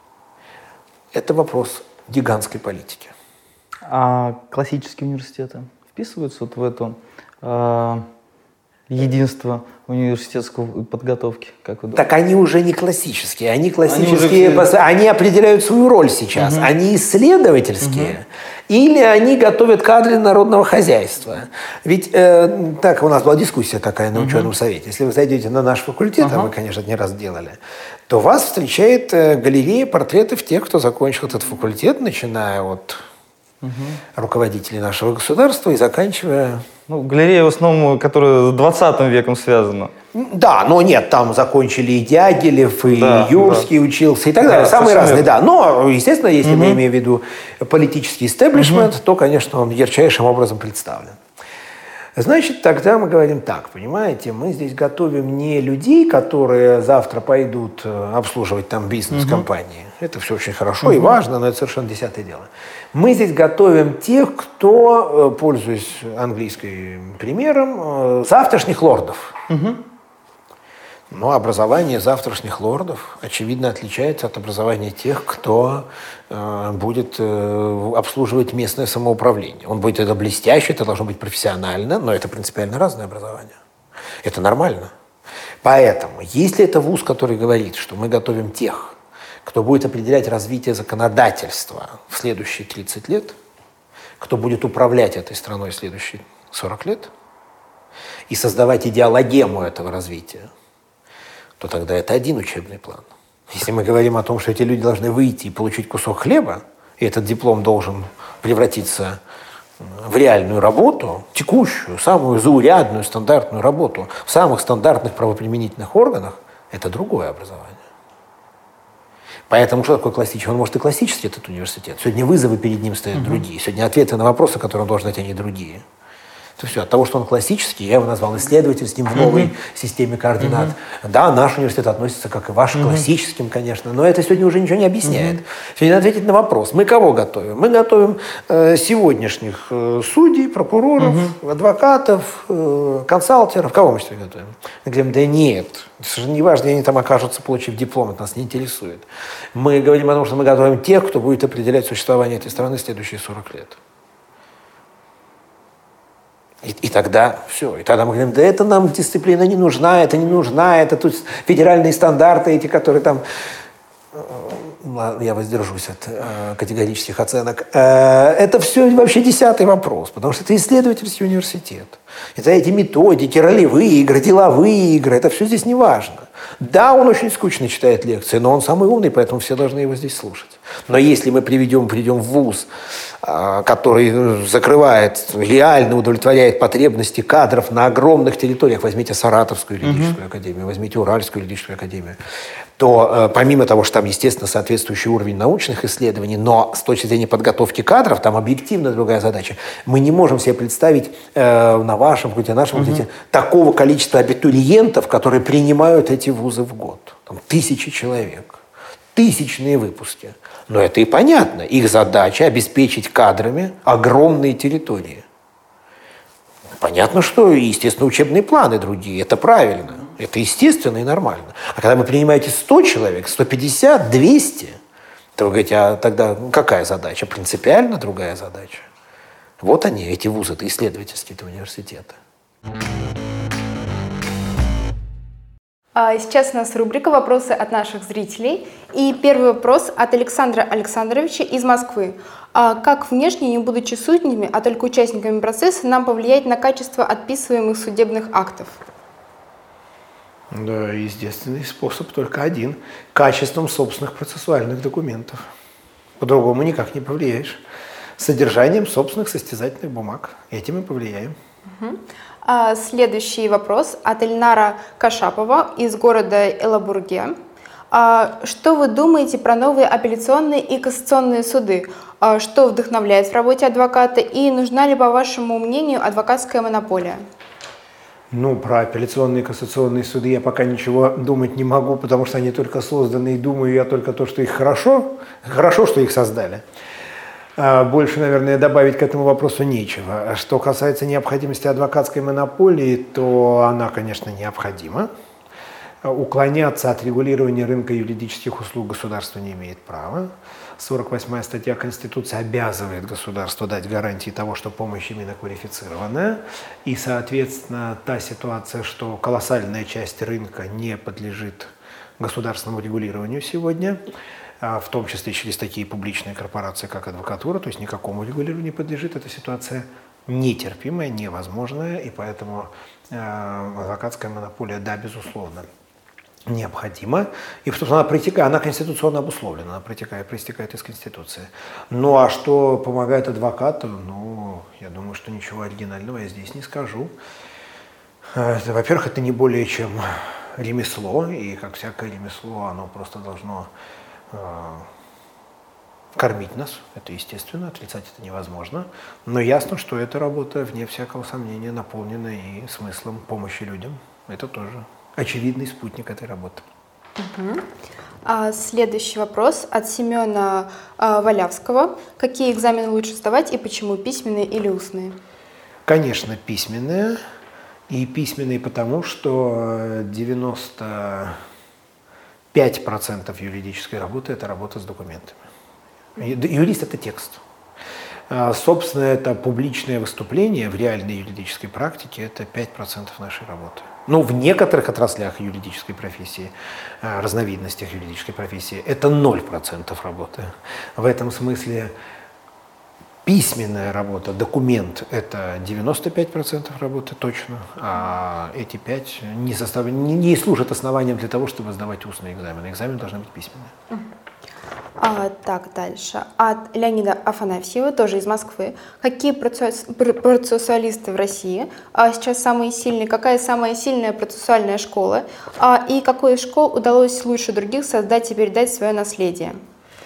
Это вопрос гигантской политики. А классические университеты вписываются вот в это единство университетской подготовки, как вы думаете? Так они уже не классические, они они определяют свою роль сейчас. Они исследовательские или они готовят кадры народного хозяйства. Ведь так у нас была дискуссия такая на ученом совете. Если вы зайдете на наш факультет, а мы, конечно, не раз делали, то вас встречает галерея портретов тех, кто закончил этот факультет, начиная от руководителей нашего государства и заканчивая... Ну, галерея в основном, которая с 20 веком связана. Да, но нет, там закончили и Дягилев, и Юрский учился, и так далее. Самые разные, да. Но, естественно, если мы имеем в виду политический истеблишмент, то, конечно, он ярчайшим образом представлен. Значит, тогда мы говорим так, понимаете, мы здесь готовим не людей, которые завтра пойдут обслуживать там бизнес-компании. Это все очень хорошо и важно, но это совершенно десятое дело. Мы здесь готовим тех, кто, пользуясь английским примером, завтрашних лордов. Но образование завтрашних лордов, очевидно, отличается от образования тех, кто будет обслуживать местное самоуправление. Он будет это блестяще, это должно быть профессионально, но это принципиально разное образование. Это нормально. Поэтому, если это вуз, который говорит, что мы готовим тех, кто будет определять развитие законодательства в следующие 30 лет, кто будет управлять этой страной в следующие 40 лет и создавать идеологему этого развития, то тогда это один учебный план. Если мы говорим о том, что эти люди должны выйти и получить кусок хлеба, и этот диплом должен превратиться в реальную работу, текущую, самую заурядную, стандартную работу в самых стандартных правоприменительных органах, это другое образование. Поэтому что такое классический? Он может и классический, этот университет. Сегодня вызовы перед ним стоят другие. Сегодня ответы на вопросы, которые он должен дать, они другие. Это все. От того, что он классический, я его назвал исследовательским в новой системе координат. Да, наш университет относится, как и ваш, к классическим, конечно, но это сегодня уже ничего не объясняет. Сегодня надо ответить на вопрос. Мы кого готовим? Мы готовим сегодняшних судей, прокуроров, адвокатов, консалтеров. Кого мы сегодня готовим? Мы говорим, да нет. Совершенно неважно, где они там окажутся, получив диплом, это нас не интересует. Мы говорим о том, что мы готовим тех, кто будет определять существование этой страны в следующие 40 лет. И тогда все. И тогда мы говорим, да это нам дисциплина не нужна, это тут федеральные стандарты, эти, которые там... Я воздержусь от категорических оценок. Это все вообще 10-й вопрос, потому что это исследовательский университет. Это эти методики, ролевые игры, деловые игры, это все здесь не важно. Да, он очень скучно читает лекции, но он самый умный, поэтому все должны его здесь слушать. Но если мы придем в вуз, который закрывает, реально удовлетворяет потребности кадров на огромных территориях, возьмите Саратовскую юридическую академию, возьмите Уральскую юридическую академию, то помимо того, что там, естественно, соответствующий уровень научных исследований, но с точки зрения подготовки кадров, там объективно другая задача. Мы не можем себе представить на вашем факультете, на нашем факультете такого количества абитуриентов, которые принимают эти вузы в год. Там тысячи человек. Тысячные выпуски. Но это и понятно. Их задача обеспечить кадрами огромные территории. Понятно, что, естественно, учебные планы другие. Это правильно. Это естественно и нормально. А когда вы принимаете 100 человек, 150, 200, то вы говорите, а тогда какая задача? Принципиально другая задача. Вот они, эти вузы, это исследовательские университеты. Сейчас у нас рубрика «Вопросы от наших зрителей». И первый вопрос от Александра Александровича из Москвы. Как внешне, не будучи судьями, а только участниками процесса, нам повлиять на качество отписываемых судебных актов? Да, естественный способ только один – качеством собственных процессуальных документов. По-другому никак не повлияешь. Содержанием собственных состязательных бумаг. Этим и повлияем. Следующий вопрос от Эльнара Кашапова из города Элабурге. Что вы думаете про новые апелляционные и кассационные суды? Что вдохновляет в работе адвоката и нужна ли, по вашему мнению, адвокатская монополия? Про апелляционные и кассационные суды я пока ничего думать не могу, потому что они только созданы, и думаю я только то, что их хорошо, что их создали. Больше, наверное, добавить к этому вопросу нечего. Что касается необходимости адвокатской монополии, то она, конечно, необходима. Уклоняться от регулирования рынка юридических услуг государство не имеет права. 48-я статья Конституции обязывает государство дать гарантии того, что помощь именно квалифицированная. И, соответственно, та ситуация, что колоссальная часть рынка не подлежит государственному регулированию сегодня, в том числе через такие публичные корпорации, как адвокатура, то есть никакому регулированию не подлежит. Эта ситуация нетерпимая, невозможная, и поэтому адвокатская монополия, да, безусловно, необходима. И потому что она конституционно обусловлена, она проистекает из Конституции. А что помогает адвокату? Я думаю, что ничего оригинального я здесь не скажу. Во-первых, это не более чем ремесло, и как всякое ремесло, оно просто должно кормить нас, это естественно, отрицать это невозможно, но ясно, что эта работа, вне всякого сомнения, наполнена и смыслом помощи людям. Это тоже очевидный спутник этой работы. Следующий вопрос от Семена Валявского. Какие экзамены лучше сдавать и почему, письменные или устные? Конечно, письменные. И письменные потому, что 95% юридической работы – это работа с документами. Юрист – это текст. Собственно, это публичное выступление в реальной юридической практике – это 5% нашей работы. В некоторых отраслях юридической профессии, разновидностях юридической профессии, это 0% работы. В этом смысле письменная работа, документ – это 95% работы точно, а эти 5% не служат основанием для того, чтобы сдавать устные экзамены. Экзамены должны быть письменные. Дальше. От Леонида Афанасьева, тоже из Москвы. Какие процессуалисты в России сейчас самые сильные? Какая самая сильная процессуальная школа? И какой из школ удалось лучше других создать и передать свое наследие?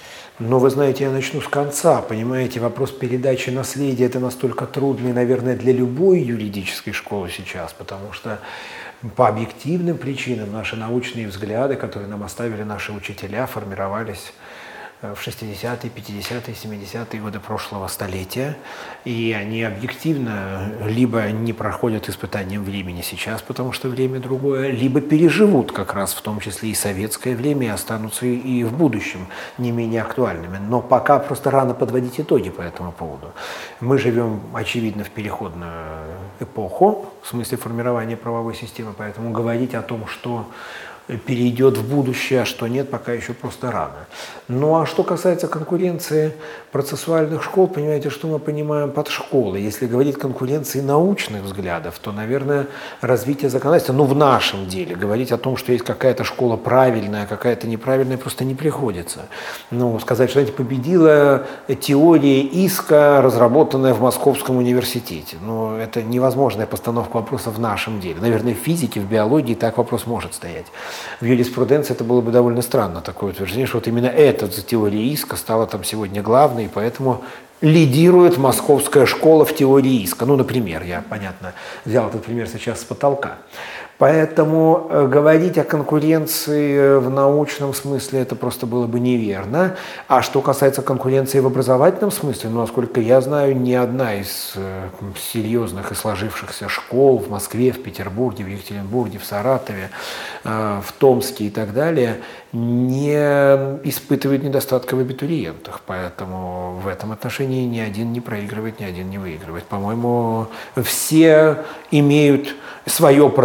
Вы знаете, я начну с конца. Понимаете, вопрос передачи наследия – это настолько трудный, наверное, для любой юридической школы сейчас, потому что по объективным причинам наши научные взгляды, которые нам оставили наши учителя, формировались в 60-е, 50-е, 70-е годы прошлого столетия, и они объективно либо не проходят испытанием времени сейчас, потому что время другое, либо переживут как раз в том числе и советское время, и останутся и в будущем не менее актуальными. Но пока просто рано подводить итоги по этому поводу. Мы живем, очевидно, в переходную эпоху, в смысле формирования правовой системы, поэтому говорить о том, что перейдет в будущее, а что нет, пока еще просто рано. А что касается конкуренции процессуальных школ, понимаете, что мы понимаем под школой? Если говорить конкуренции научных взглядов, то, наверное, развитие законодательства, в нашем деле, говорить о том, что есть какая-то школа правильная, какая-то неправильная, просто не приходится. Сказать, что, победила теория иска, разработанная в Московском университете. Это невозможная постановка вопроса в нашем деле. Наверное, в физике, в биологии так вопрос может стоять. В юриспруденции это было бы довольно странно, такое утверждение, что именно эта теория иска стала там сегодня главной, и поэтому лидирует московская школа в теории иска. Например, я, понятно, взял этот пример сейчас с потолка. Поэтому говорить о конкуренции в научном смысле это просто было бы неверно. А что касается конкуренции в образовательном смысле, насколько я знаю, ни одна из серьезных и сложившихся школ в Москве, в Петербурге, в Екатеринбурге, в Саратове, в Томске и так далее не испытывает недостатка в абитуриентах. Поэтому в этом отношении ни один не проигрывает, ни один не выигрывает. По-моему, все имеют свое продолжение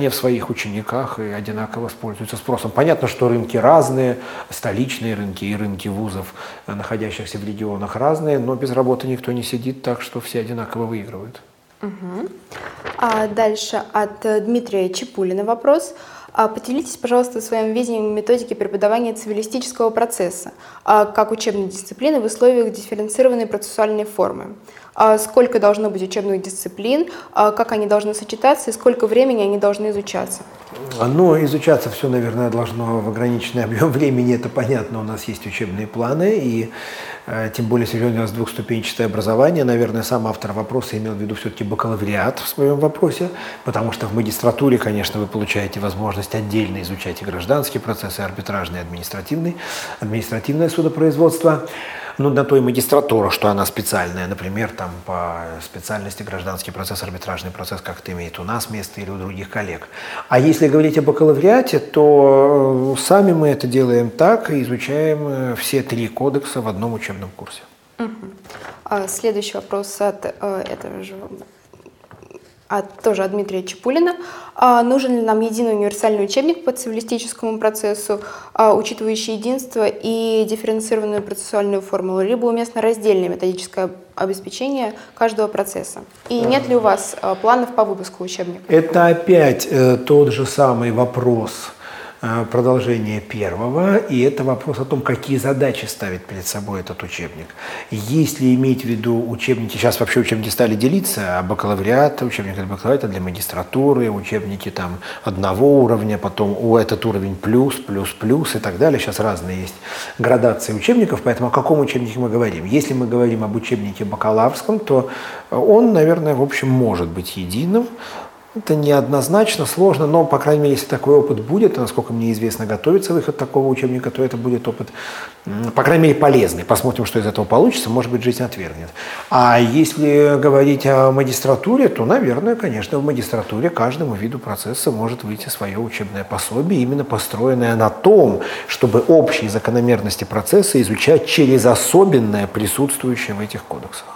знания в своих учениках и одинаково пользуются спросом. Понятно, что рынки разные, столичные рынки и рынки вузов, находящихся в регионах, разные, но без работы никто не сидит, так что все одинаково выигрывают. Угу. А дальше от Дмитрия Чепулина вопрос. Поделитесь, пожалуйста, своим видением методики преподавания цивилистического процесса как учебной дисциплины в условиях дифференцированной процессуальной формы. Сколько должно быть учебных дисциплин, как они должны сочетаться и сколько времени они должны изучаться? Ну, изучаться все, наверное, должно в ограниченный объем времени, это понятно, у нас есть учебные планы, и тем более сегодня у нас двухступенчатое образование. Наверное, сам автор вопроса имел в виду все-таки бакалавриат в своем вопросе, потому что в магистратуре, конечно, вы получаете возможность отдельно изучать и гражданские процессы, и арбитражный, и административное судопроизводство. Ну, на то и магистратура, что она специальная, например, там по специальности гражданский процесс, арбитражный процесс, как это имеет у нас место или у других коллег. А если говорить о бакалавриате, то сами мы это делаем так и изучаем все 3 кодекса в одном учебном курсе. Следующий вопрос от этого же... тоже от Дмитрия Чепулина. Нужен ли нам единый универсальный учебник по цивилистическому процессу, учитывающий единство и дифференцированную процессуальную формулу, либо уместно раздельное методическое обеспечение каждого процесса? И нет ли у вас планов по выпуску учебника? Это опять тот же самый вопрос, продолжение первого, и это вопрос о том, какие задачи ставит перед собой этот учебник. Если иметь в виду учебники, сейчас вообще учебники стали делиться, а бакалавриат, учебник для бакалавриата, для магистратуры, учебники там одного уровня, потом этот уровень плюс и так далее. Сейчас разные есть градации учебников, поэтому о каком учебнике мы говорим? Если мы говорим об учебнике бакалаврском, то он, наверное, в общем, может быть единым. Это неоднозначно, сложно, но, по крайней мере, если такой опыт будет, насколько мне известно, готовится выход такого учебника, то это будет опыт, по крайней мере, полезный. Посмотрим, что из этого получится, может быть, жизнь отвергнет. А если говорить о магистратуре, то, наверное, конечно, в магистратуре каждому виду процесса может выйти свое учебное пособие, именно построенное на том, чтобы общие закономерности процесса изучать через особенное, присутствующее в этих кодексах.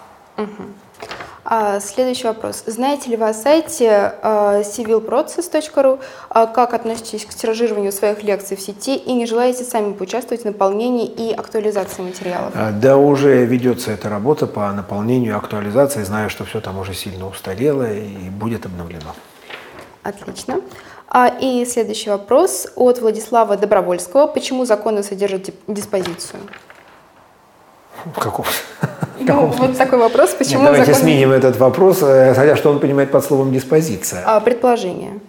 Следующий вопрос. Знаете ли вы о сайте civilprocess.ru, как относитесь к тиражированию своих лекций в сети и не желаете сами поучаствовать в наполнении и актуализации материалов? Да, уже ведется эта работа по наполнению и актуализации. Знаю, что все там уже сильно устарело и будет обновлено. Отлично. И следующий вопрос от Владислава Добровольского. Почему законы содержат диспозицию? В каком? Вот такой вопрос. Почему давайте сменим этот вопрос, хотя что он понимает под словом диспозиция? Предположение.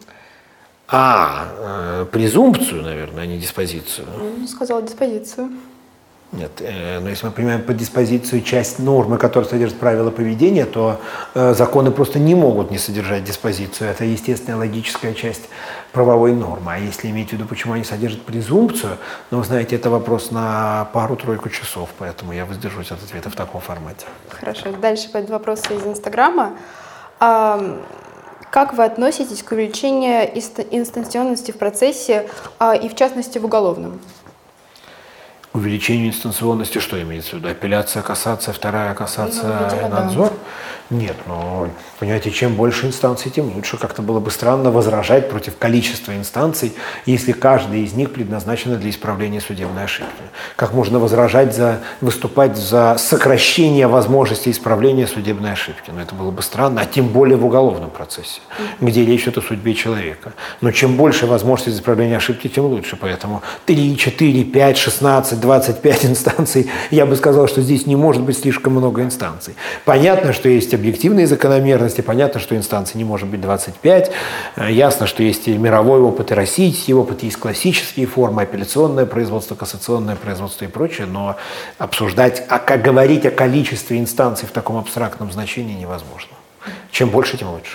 Презумпцию, наверное, а не диспозицию. Сказала диспозицию. Нет, но если мы понимаем под диспозицию часть нормы, которая содержит правила поведения, то законы просто не могут не содержать диспозицию. Это естественная логическая часть правовой нормы. А если иметь в виду, почему они содержат презумпцию, вы знаете, это вопрос на пару-тройку часов, поэтому я воздержусь от ответа в таком формате. Хорошо. Дальше пойдут вопросы из Инстаграма. Как вы относитесь к увеличению инстанционности в процессе и, в частности, в уголовном? Увеличение инстанционности, что имеется в виду? Апелляция, кассация, вторая кассация, надзор? Нет, понимаете, чем больше инстанций, тем лучше. Как-то было бы странно возражать против количества инстанций, если каждая из них предназначена для исправления судебной ошибки. Как можно возражать, выступать за сокращение возможности исправления судебной ошибки? Это было бы странно, а тем более в уголовном процессе, где речь идет о судьбе человека. Но чем больше возможностей исправления ошибки, тем лучше. Поэтому 3, 4, 5, 16, 25 инстанций, я бы сказал, что здесь не может быть слишком много инстанций. Понятно, что есть объективные закономерности, понятно, что инстанций не может быть 25, ясно, что есть и мировой опыт, и российский опыт, есть классические формы, апелляционное производство, кассационное производство и прочее, но обсуждать, как говорить о количестве инстанций в таком абстрактном значении невозможно. Чем больше, тем лучше.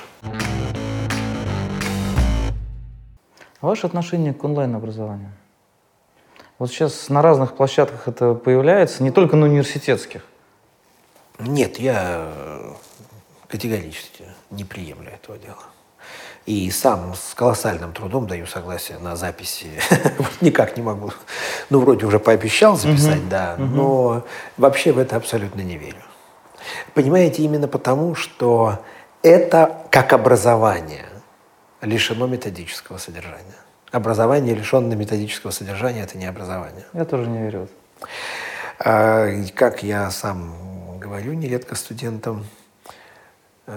Ваше отношение к онлайн-образованию? Вот сейчас на разных площадках это появляется, не только на университетских. Нет, я категорически не приемлю этого дела. И сам с колоссальным трудом даю согласие на записи. Никак не могу. Вроде уже пообещал записать, да, но вообще в это абсолютно не верю. Понимаете, именно потому, что это как образование. лишено методического содержания. Образование, лишенное методического содержания, это не образование. Я тоже не верю. Как я сам говорю нередко студентам, у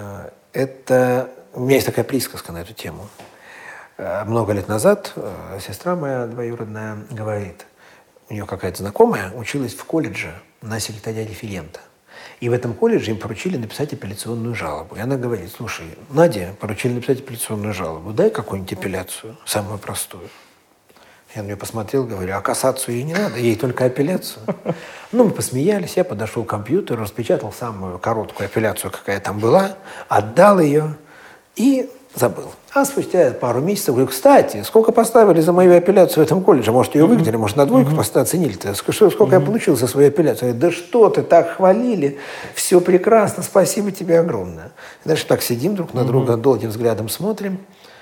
меня есть такая присказка на эту тему. Много лет назад сестра моя двоюродная говорит, у нее какая-то знакомая училась в колледже на секретаря референта. И в этом колледже им поручили написать апелляционную жалобу. И она говорит, слушай, Наде поручили написать апелляционную жалобу, дай какую-нибудь апелляцию, самую простую. Я на нее посмотрел, говорю, а кассацию ей не надо, ей только апелляцию. Ну, мы посмеялись, я подошел к компьютеру, распечатал самую короткую апелляцию, какая там была, отдал ее и забыл. А спустя пару месяцев говорю, кстати, сколько поставили за мою апелляцию в этом колледже? Может, ее выгнали, может, на двойку оценили-то? Сколько я получил за свою апелляцию? Я говорю, да что ты, так хвалили, все прекрасно, спасибо тебе огромное. Дальше так сидим друг на друга, долгим взглядом смотрим,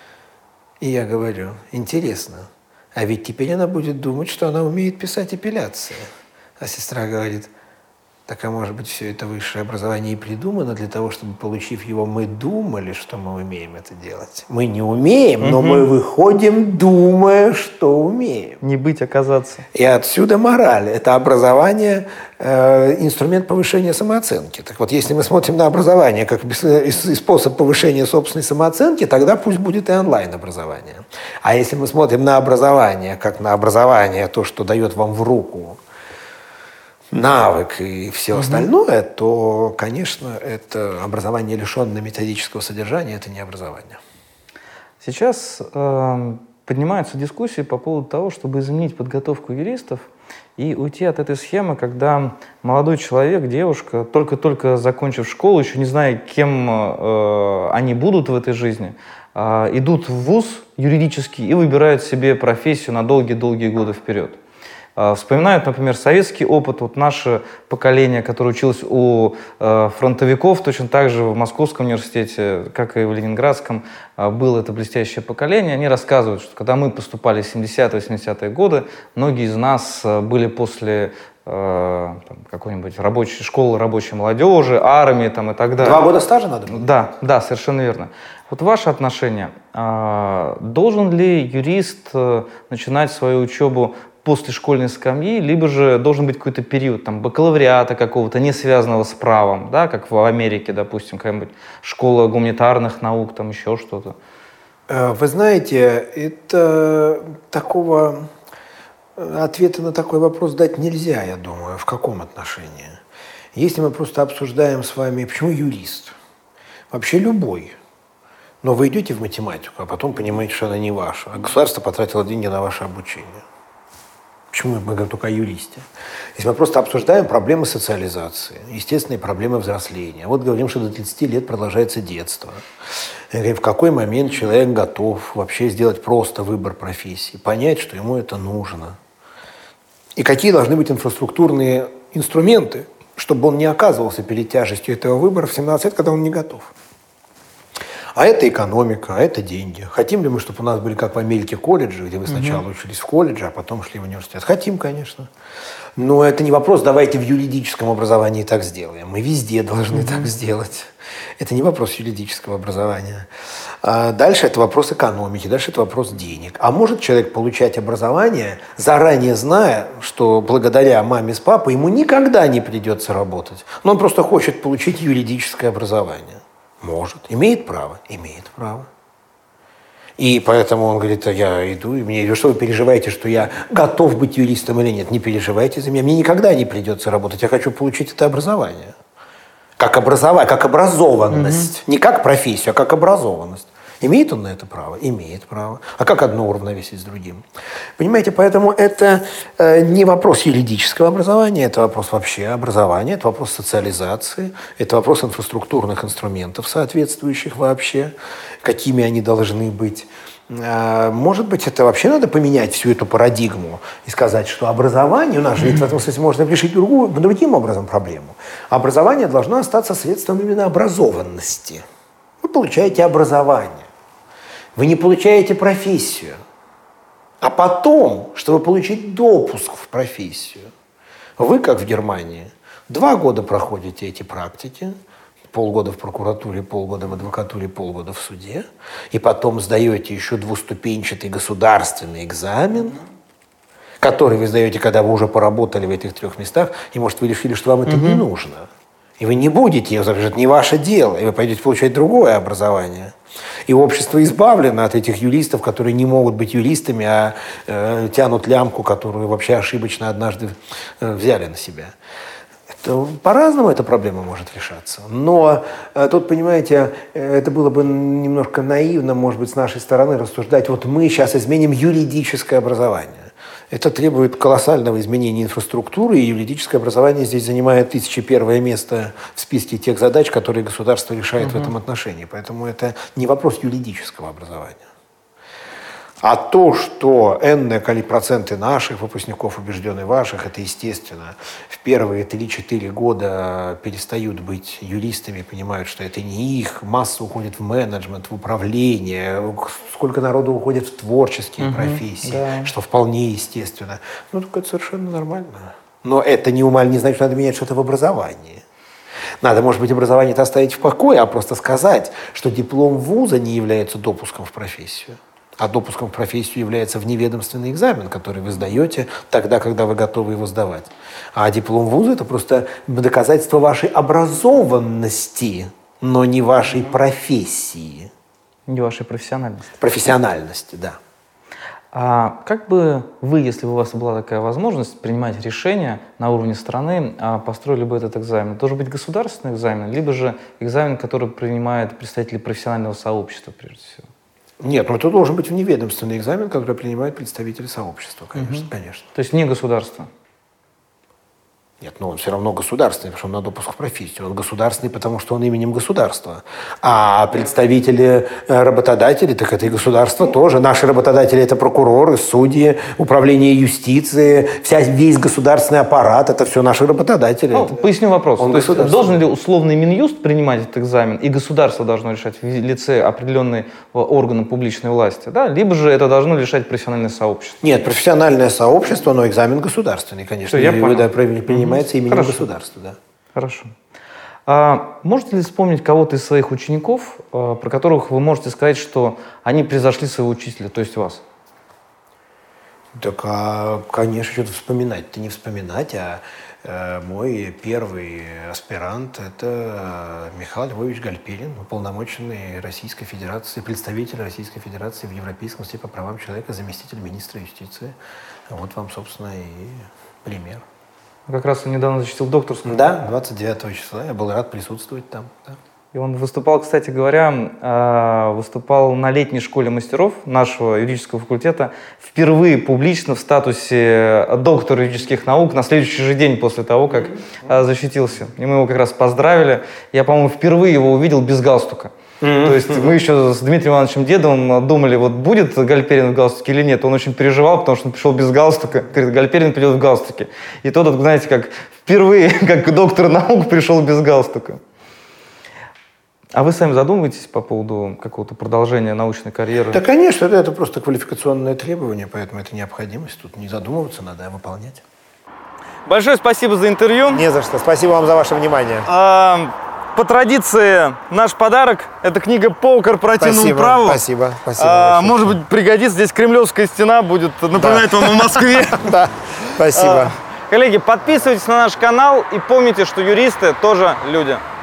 и я говорю, интересно, а ведь теперь она будет думать, что она умеет писать апелляции. А сестра говорит, так, а может быть, все это высшее образование и придумано для того, чтобы, получив его, мы думали, что мы умеем это делать. Мы не умеем, но мы выходим, думая, что умеем. Не быть, оказаться. И отсюда мораль. Это образование, инструмент повышения самооценки. Так вот, если мы смотрим на образование как способ повышения собственной самооценки, тогда пусть будет и онлайн-образование. А если мы смотрим на образование как на образование, то, что дает вам в руку навык и все остальное, то, конечно, это образование, лишенное методического содержания, это не образование. Сейчас поднимаются дискуссии по поводу того, чтобы изменить подготовку юристов и уйти от этой схемы, когда молодой человек, девушка, только-только закончив школу, еще не зная, кем они будут в этой жизни, идут в вуз юридический и выбирают себе профессию на долгие-долгие годы вперед. Вспоминают, например, советский опыт. Вот наше поколение, которое училось у фронтовиков, точно так же в Московском университете, как и в Ленинградском, было это блестящее поколение. Они рассказывают, что когда мы поступали в 70-80-е годы, многие из нас были после какой-нибудь школы рабочей молодежи, армии там, и так далее. 2 года стажа надо было? Да, совершенно верно. Вот ваше отношение. Должен ли юрист начинать свою учебу после школьной скамьи, либо же должен быть какой-то период там, бакалавриата какого-то, не связанного с правом, да, как в Америке, допустим, какая-нибудь школа гуманитарных наук, там еще что-то? Вы знаете, это такого ответа на такой вопрос дать нельзя, я думаю, в каком отношении. Если мы просто обсуждаем с вами, почему юрист? Вообще любой. Но вы идете в математику, а потом понимаете, что она не ваша, а государство потратило деньги на ваше обучение. Почему мы говорим только о юристе? Если мы просто обсуждаем проблемы социализации, естественные проблемы взросления. Вот говорим, что до 30 лет продолжается детство. В какой момент человек готов вообще сделать просто выбор профессии, понять, что ему это нужно. И какие должны быть инфраструктурные инструменты, чтобы он не оказывался перед тяжестью этого выбора в 17 лет, когда он не готов. А это экономика, а это деньги. Хотим ли мы, чтобы у нас были, как в Америке, колледжи, где вы сначала учились в колледже, а потом шли в университет? Хотим, конечно. Но это не вопрос, давайте в юридическом образовании так сделаем. Мы везде должны так сделать. Это не вопрос юридического образования. А дальше это вопрос экономики, дальше это вопрос денег. А может человек получать образование, заранее зная, что благодаря маме с папой ему никогда не придется работать, но он просто хочет получить юридическое образование? Может. Имеет право? Имеет право. И поэтому он говорит, я иду, и мне, что вы переживаете, что я готов быть юристом или нет? Не переживайте за меня. Мне никогда не придется работать. Я хочу получить это образование. Как образованность. Не как профессию, а как образованность. Имеет он на это право? Имеет право. А как одно уравновесить с другим? Понимаете, поэтому это не вопрос юридического образования, это вопрос вообще образования, это вопрос социализации, это вопрос инфраструктурных инструментов соответствующих вообще, какими они должны быть. Может быть, это вообще надо поменять всю эту парадигму и сказать, что образование, у нас же ведь в этом смысле можно решить другим образом проблему. Образование должно остаться средством именно образованности. Вы получаете образование. Вы не получаете профессию. А потом, чтобы получить допуск в профессию, вы, как в Германии, 2 года проходите эти практики, полгода в прокуратуре, полгода в адвокатуре, полгода в суде, и потом сдаете еще двуступенчатый государственный экзамен, который вы сдаете, когда вы уже поработали в этих 3 местах, и, может, вы решили, что вам это не нужно. И вы не будете, это не ваше дело, и вы пойдете получать другое образование. И общество избавлено от этих юристов, которые не могут быть юристами, а тянут лямку, которую вообще ошибочно однажды взяли на себя. По-разному эта проблема может решаться. Но тут, понимаете, это было бы немножко наивно, может быть, с нашей стороны рассуждать, вот мы сейчас изменим юридическое образование. Это требует колоссального изменения инфраструктуры, и юридическое образование здесь занимает 1001 место в списке тех задач, которые государство решает в этом отношении. Поэтому это не вопрос юридического образования. А то, что энное проценты наших выпускников, убеждены ваших, это естественно. В первые 3-4 года перестают быть юристами, понимают, что это не их. Масса уходит в менеджмент, в управление. Сколько народу уходит в творческие профессии, что вполне естественно. Ну, так это совершенно нормально. Но это не значит, что надо менять что-то в образовании. Надо, может быть, образование-то оставить в покое, а просто сказать, что диплом вуза не является допуском в профессию. А допуском в профессию является вневедомственный экзамен, который вы сдаете тогда, когда вы готовы его сдавать. А диплом вуза – это просто доказательство вашей образованности, но не вашей профессии. Не вашей профессиональности. Профессиональности, да. А как бы вы, если бы у вас была такая возможность принимать решения на уровне страны, построили бы этот экзамен? Это должен быть государственный экзамен, либо же экзамен, который принимают представители профессионального сообщества, прежде всего? Нет, это должен быть вневедомственный экзамен, который принимают представители сообщества, конечно, конечно. То есть не государство? Нет, но он все равно государственный, потому что он на допуск в профессию. Он государственный, потому что он именем государства. А представители работодателей, так это и государство тоже. Наши работодатели – это прокуроры, судьи, управление юстиции, весь государственный аппарат – это все наши работодатели. Поясню вопрос. То есть должен ли условный Минюст принимать этот экзамен, и государство должно решать в лице определенного органа публичной власти, да? Либо же это должно решать профессиональное сообщество? Нет, профессиональное сообщество, но экзамен государственный, конечно. Принимается именем государства, да. Хорошо. Можете ли вспомнить кого-то из своих учеников, про которых вы можете сказать, что они превзошли своего учителя, то есть вас? Так, конечно, что-то вспоминать-то не вспоминать, мой первый аспирант – это Михаил Львович Гальперин, уполномоченный Российской Федерации, представитель Российской Федерации в Европейском суде по правам человека, заместитель министра юстиции. Вот вам, собственно, и пример. Как раз он недавно защитил докторскую. Да, 29 числа. Я был рад присутствовать там. Да. И он выступал, кстати говоря, выступал на летней школе мастеров нашего юридического факультета впервые публично в статусе доктора юридических наук на следующий же день после того, как защитился. И мы его как раз поздравили. Я, по-моему, впервые его увидел без галстука. То есть мы еще с Дмитрием Ивановичем Дедовым думали, вот будет Гальперин в галстуке или нет. Он очень переживал, потому что он пришел без галстука. Говорит, Гальперин придет в галстуке. И тот, знаете, как впервые, как доктор наук, пришел без галстука. А вы сами задумываетесь по поводу какого-то продолжения научной карьеры? Да, конечно, это просто квалификационное требование, поэтому это необходимость. Тут не задумываться надо, а выполнять. Большое спасибо за интервью. Не за что. Спасибо вам за ваше внимание. По традиции, наш подарок – это книга по корпоративному праву. Спасибо. Может быть, пригодится. Здесь Кремлевская стена будет напоминать вам о Москве. Да, спасибо. Коллеги, подписывайтесь на наш канал и помните, что юристы тоже люди.